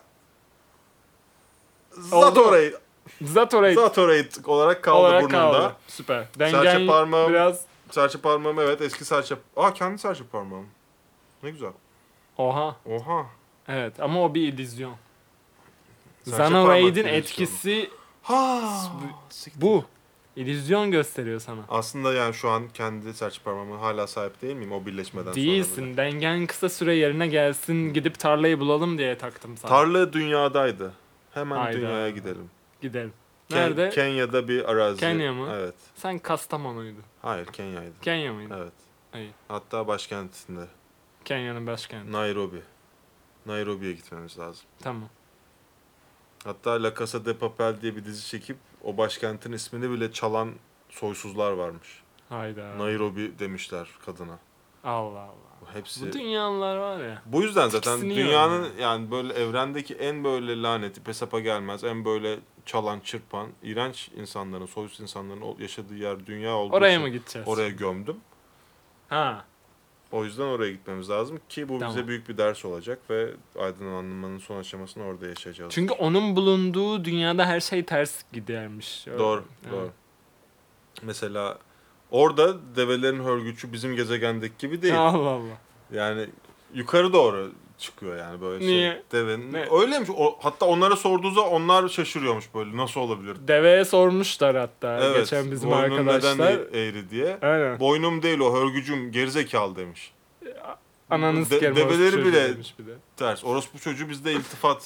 Zatorade.
Zatorade
Zatorade olarak kaldı
olarak
burnumda.
kaldı. Süper. Dengen
Serçe parmağım.
biraz...
Serçe parmağım evet eski serçe. Kendi serçe parmağım. Ne güzel.
Oha.
Oha.
Evet ama o bir illüzyon.
Serçe
Zanorade'in
parmak
etkisi
Ha.
bu. İllüzyon gösteriyor sana.
Aslında yani şu an kendi serçe parmağıma hala sahip değil miyim o birleşmeden sonra?
Değilsin. Dengen kısa süre yerine gelsin. Gidip tarlayı bulalım diye taktım sana.
Tarla dünyadaydı. Hemen
Hayda.
dünyaya gidelim.
Gidelim. Nerede?
Kenya'da bir arazi.
Kenya mı?
Evet.
Sen Kastamonu'ydu.
Hayır Kenya'ydı.
Kenya mıydı?
Evet.
İyi.
Hatta başkentinde.
Kenya'nın başkenti.
Nairobi. Nairobi'ye gitmemiz lazım.
Tamam.
Hatta La Casa de Papel diye bir dizi çekip o başkentin ismini bile çalan soysuzlar varmış.
Hayda.
Nairobi demişler kadına.
Allah Allah.
Hepsi.
Bu dünyalılar var ya.
Bu yüzden zaten
İkisini
dünyanın
yiyorum
yani böyle evrendeki en böyle laneti pesapa gelmez, en böyle çalan, çırpan, iğrenç insanların, soysuz insanların yaşadığı yer dünya olduğu
Oraya
için
mı gideceğiz?
oraya gömdüm.
Ha.
O yüzden oraya gitmemiz lazım ki bu
Tamam.
bize büyük bir ders olacak ve aydınlanmanın son aşamasını orada yaşayacağız.
Çünkü onun bulunduğu dünyada her şey ters gidermiş. Öyle.
Doğru,
Evet.
doğru. Mesela orada develerin hörgücü bizim gezegendeki gibi değil.
Allah Allah.
Yani yukarı doğru çıkıyor yani böyle
Niye?
şey. Devenin.
Ne?
Öyleymiş. Hatta onlara sorduğu zaman onlar şaşırıyormuş böyle nasıl olabilir?
Deveye sormuşlar hatta
Evet.
geçen bizim
boynun
arkadaşlar.
neden eğri diye.
Aynen.
Boynum değil o hörgücüm gerizekalı demiş.
Ananı
De-
sikerim
develeri
orospu çocuğu
bile-
demiş bir de.
Ters. Orospu çocuğu bizde iltifat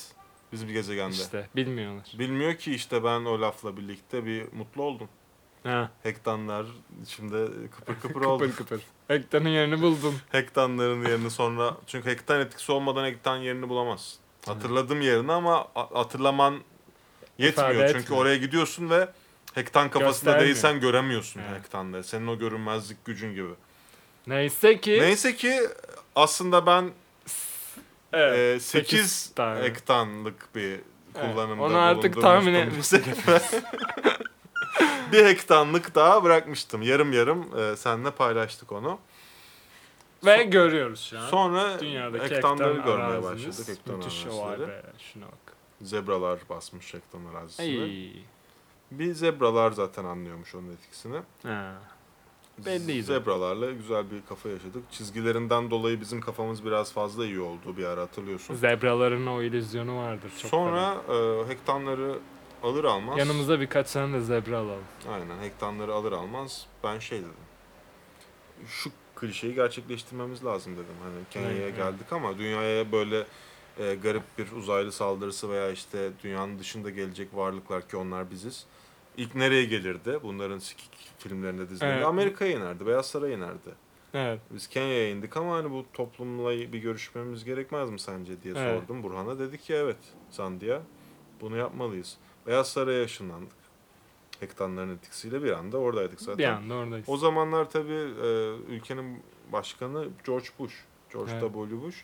bizim gezegende.
İşte bilmiyorlar.
Bilmiyor ki işte ben o lafla birlikte bir mutlu oldum.
Ha.
Hektanlar içimde kıpır kıpır oldu.
Kıpır kıpır. Hektanın yerini buldun.
Hektanların yerini sonra çünkü hektan etkisi olmadan hektan yerini bulamazsın. Hatırladım yerini ama hatırlaman yetmiyor.
İfade
Çünkü
etmiyor.
oraya gidiyorsun ve hektan kafasında
Göstermiyor.
değilsen göremiyorsun
Evet.
hektanları. Senin o görünmezlik gücün gibi.
Neyse ki
Neyse ki aslında ben
evet,
8
tane.
hektanlık bir kullanımda
Onu artık
bulundurmuştum
tahmin
bu
etmiştik.
sefer. Bir hektanlık daha bırakmıştım. Yarım yarım seninle paylaştık onu.
Ve görüyoruz şu an.
Sonra
Dünyadaki
hektanları
hektan
görmeye
arazimiz.
başladık. Hektan
Müthiş o var
arazileri.
be. Şuna bak.
Zebralar basmış hektan arazisine.
Ay.
Bir zebralar zaten anlıyormuş onun etkisini.
Ha. Belliydi.
Zebralarla güzel bir kafa yaşadık. Çizgilerinden dolayı bizim kafamız biraz fazla iyi oldu bir ara hatırlıyorsun.
Zebraların o illüzyonu vardır. Çok
Sonra hektanları alır almaz.
fena. Yanımıza birkaç tane de zebra alalım.
Aynen hektanları alır almaz ben şey dedim. Şu klişeyi gerçekleştirmemiz lazım dedim. Hani Kenya'ya
Evet.
geldik ama dünyaya böyle garip bir uzaylı saldırısı veya işte dünyanın dışında gelecek varlıklar ki onlar biziz. İlk nereye gelirdi? Bunların sikik filmlerinde dizilerinde
Evet.
Amerika'ya inerdi, Beyaz Saray'a inerdi.
Evet.
Biz Kenya'ya indik ama hani bu toplumla bir görüşmemiz gerekmez mi sence diye
Evet.
sordum. Burhan'a dedi ki evet Zandiya bunu yapmalıyız. Beyaz Saray'a ışınlandık. Hektanların etkisiyle bir anda oradaydık zaten.
Bir anda oradayız.
O zamanlar tabii ülkenin başkanı George Bush. George
Evet.
W. Bush.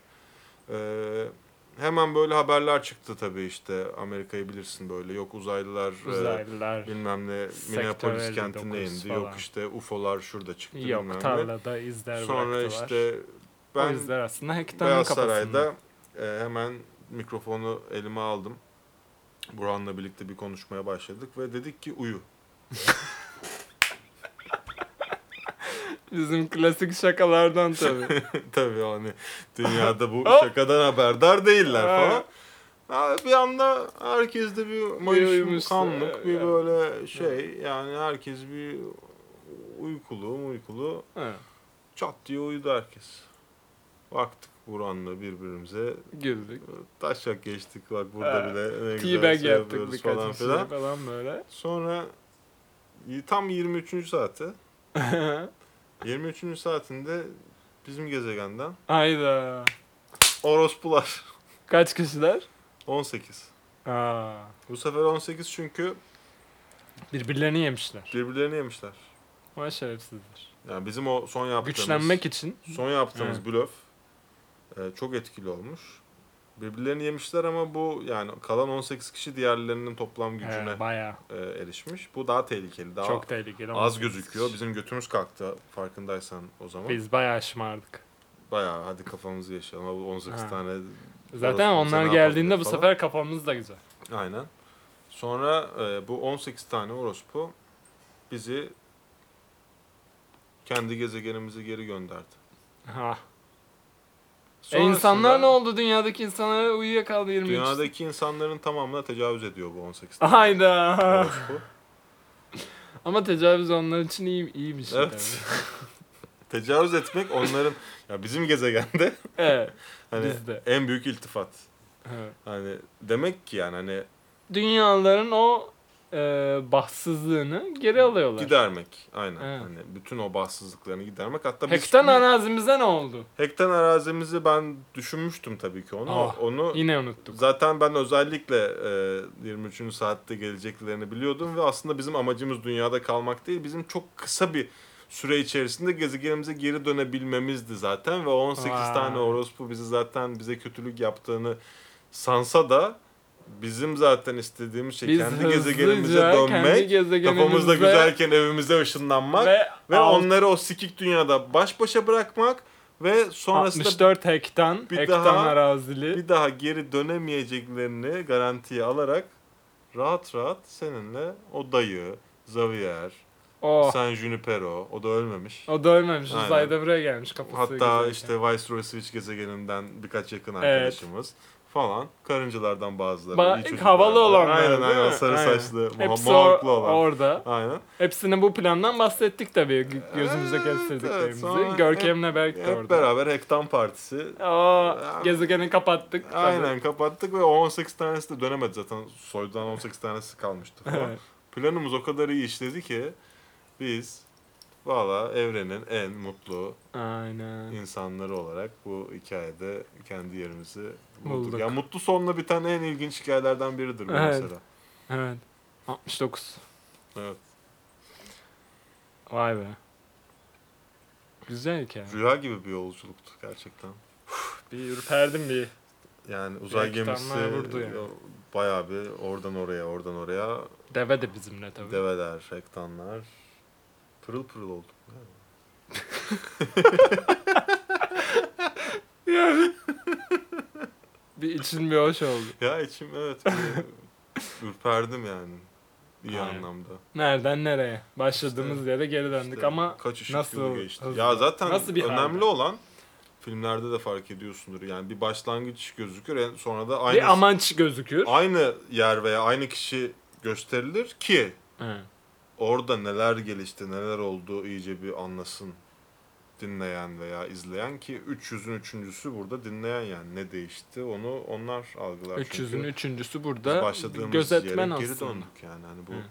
Hemen böyle haberler çıktı tabii işte Amerika'yı bilirsin böyle. Yok uzaylılar
Uzaylılar.
bilmem ne
Sektör
Minneapolis kentinde
59
indi. Yok
falan.
işte UFO'lar şurada çıktı bilmem
Yok
ne.
tarlada izler
Sonra
bıraktılar.
işte
o
ben
izler aslında hektanın
Beyaz
kafasında.
Saray'da hemen mikrofonu elime aldım. Burhan'la birlikte bir konuşmaya başladık ve dedik ki uyu.
Bizim klasik şakalardan tabii.
Tabii hani dünyada bu
Hop.
şakadan haberdar değiller falan.
Evet.
Ha, bir anda herkes de bir mayışım,
uyumuştu.
kanlık, bir
Evet.
böyle şey yani herkes bir uykulu
Evet.
çat diye uyudu herkes. Baktık Burhan'la birbirimize
Güldük.
taşak geçtik bak burada
Evet.
bile ne güzel
Teabag
şey
yaptık
yapıyoruz
birkaç
falan
kişiye
filan.
falan böyle.
Sonra tam 23. saati 23. saatinde bizim gezegenden
Hayda.
orospular
Kaç kişiler?
18.
Aa.
Bu sefer 18 çünkü
Birbirlerini yemişler.
birbirlerini yemişler.
Ama şerefsizdir.
Yani bizim o son yaptığımız
Güçlenmek için.
blöf çok etkili olmuş. Birbirlerini yemişler ama bu yani kalan 18 kişi diğerlerinin toplam gücüne
Bayağı.
erişmiş. Bu daha tehlikeli. Daha
Çok tehlikeli.
az
18
gözüküyor.
kişi.
Bizim götümüz kalktı farkındaysan o zaman.
Biz bayağı şımardık.
Bayağı hadi kafamızı yaşayalım. Ama bu 18
Ha.
tane
Zaten
orospu
onlar
bize ne
geldiğinde bu
yapabilir falan.
sefer kafamız da güzel.
Aynen. Sonra bu 18 tane orospu bizi kendi gezegenimize geri gönderdi.
Ha.
Sonrasında
İnsanlar ne oldu? Dünyadaki insanlar uyuyakaldı 23.
Dünyadaki insanların tamamına tecavüz ediyor bu 18 tane
Hayda.
orospu.
Ama tecavüz onlar için iyi bir şey.
Evet. Tecavüz etmek onların ya bizim gezegende
Evet.
hani
Bizde.
en büyük iltifat.
Evet.
Hani demek ki yani hani
Dünyaların o bahtsızlığını geri alıyorlar.
gidermek. Aynen.
Evet.
Hani bütün o bahtsızlıklarını gidermek. Hatta biz
Hektan
şimdi-
arazimize ne oldu?
Hektan arazimizi ben düşünmüştüm tabii ki onu.
Ah,
Onu
Yine unuttuk.
zaten ben özellikle 23. saatte geleceklerini biliyordum ve aslında bizim amacımız dünyada kalmak değil. Bizim çok kısa bir süre içerisinde gezegenimize geri dönebilmemizdi zaten ve 18
Vay.
tane orospu bizi zaten bize kötülük yaptığını sansa da bizim zaten istediğimiz şey
Biz
kendi gezegenimize
hızlıca kendi
dönmek,
gezegenimize
kafamızda güzelken evimize ışınlanmak ve
alt-
onları o sikik dünyada baş başa bırakmak ve sonrasında
64 hektan,
bir
hektan
daha-
arazili.
bir daha geri dönemeyeceklerini garantiye alarak rahat rahat seninle o dayı, Xavier,
Oh.
San Junipero, o da ölmemiş.
O da ölmemiş.
Aynen.
Uzayda buraya gelmiş kafası.
Hatta
güzel.
işte Viceroy Switch gezegeninden birkaç yakın arkadaşımız falan. Karıncalardan bazıları. iyi çocuklar
Havalı
var.
olanlar.
Aynen
değil
aynen
mi?
sarı
Aynen.
saçlı,
Hepsi
muhakklı olan.
orada.
Aynen.
Hepsine bu plandan bahsettik tabii. Gözümüze
Evet,
kestirdiklerimizi.
sonra
Görkem'le Berk de
hep
orada.
beraber Hektan Partisi.
Gezegeni kapattık. tabii.
Aynen kapattık ve 18 tanesi de dönemedi zaten. Soydan 18 tanesi kalmıştı falan.
Evet.
Planımız o kadar iyi işledi ki biz valla evrenin en mutlu
Aynen.
insanları olarak bu hikayede kendi yerimizi bulduk.
Bulduk.
Ya mutlu sonla biten en ilginç hikayelerden biridir bu
Evet.
mesela.
Evet. 69.
Evet.
Vay be. Güzel hikaye.
Rüya gibi bir yolculuktu gerçekten.
Bir ürperdim bir.
Yani uzay
Rektörler
gemisi
vurdu yani.
bayağı bir oradan oraya, oradan oraya
Deve de bizimle tabii.
develer, rektanlar pırıl pırıl olduk.
Bir için bir hoş oldu.
Ya içim evet ürperdim yani iyi
Aynen.
anlamda.
Nereden nereye? Başladığımız
İşte-
yere geri döndük
İşte
ama
kaç ışık
nasıl
yılı geçti.
hızlı?
Ya zaten
Nasıl bir
önemli
halde?
olan filmlerde de fark ediyorsundur. Yani bir başlangıç gözükür sonra da
bir amaç gözükür.
aynı yer veya aynı kişi gösterilir ki
Evet.
orada neler gelişti, neler oldu iyice bir anlasın dinleyen veya izleyen ki 300'ün üçüncüsü burada dinleyen yani ne değişti onu onlar algılar.
300'ün
Çünkü
üçüncüsü
biz
burada
başladığımız
gözetmen
yere geri
aslında.
döndük yani. Hani bu
Hı.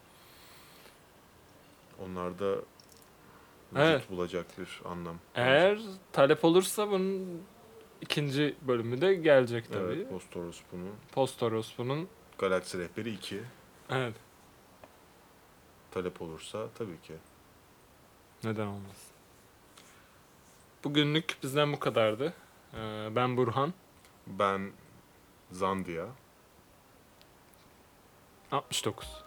onlarda vücut
Evet.
bulacak bir anlam.
Eğer talep olursa bunun ikinci bölümü de gelecek tabii.
Evet, Postorospun'un
Postorospu'nun
Galaksi Rehberi 2
evet,
talep olursa tabii ki.
neden olmaz. Bugünlük bizden bu kadardı. Ben Burhan.
Ben Zandia
69.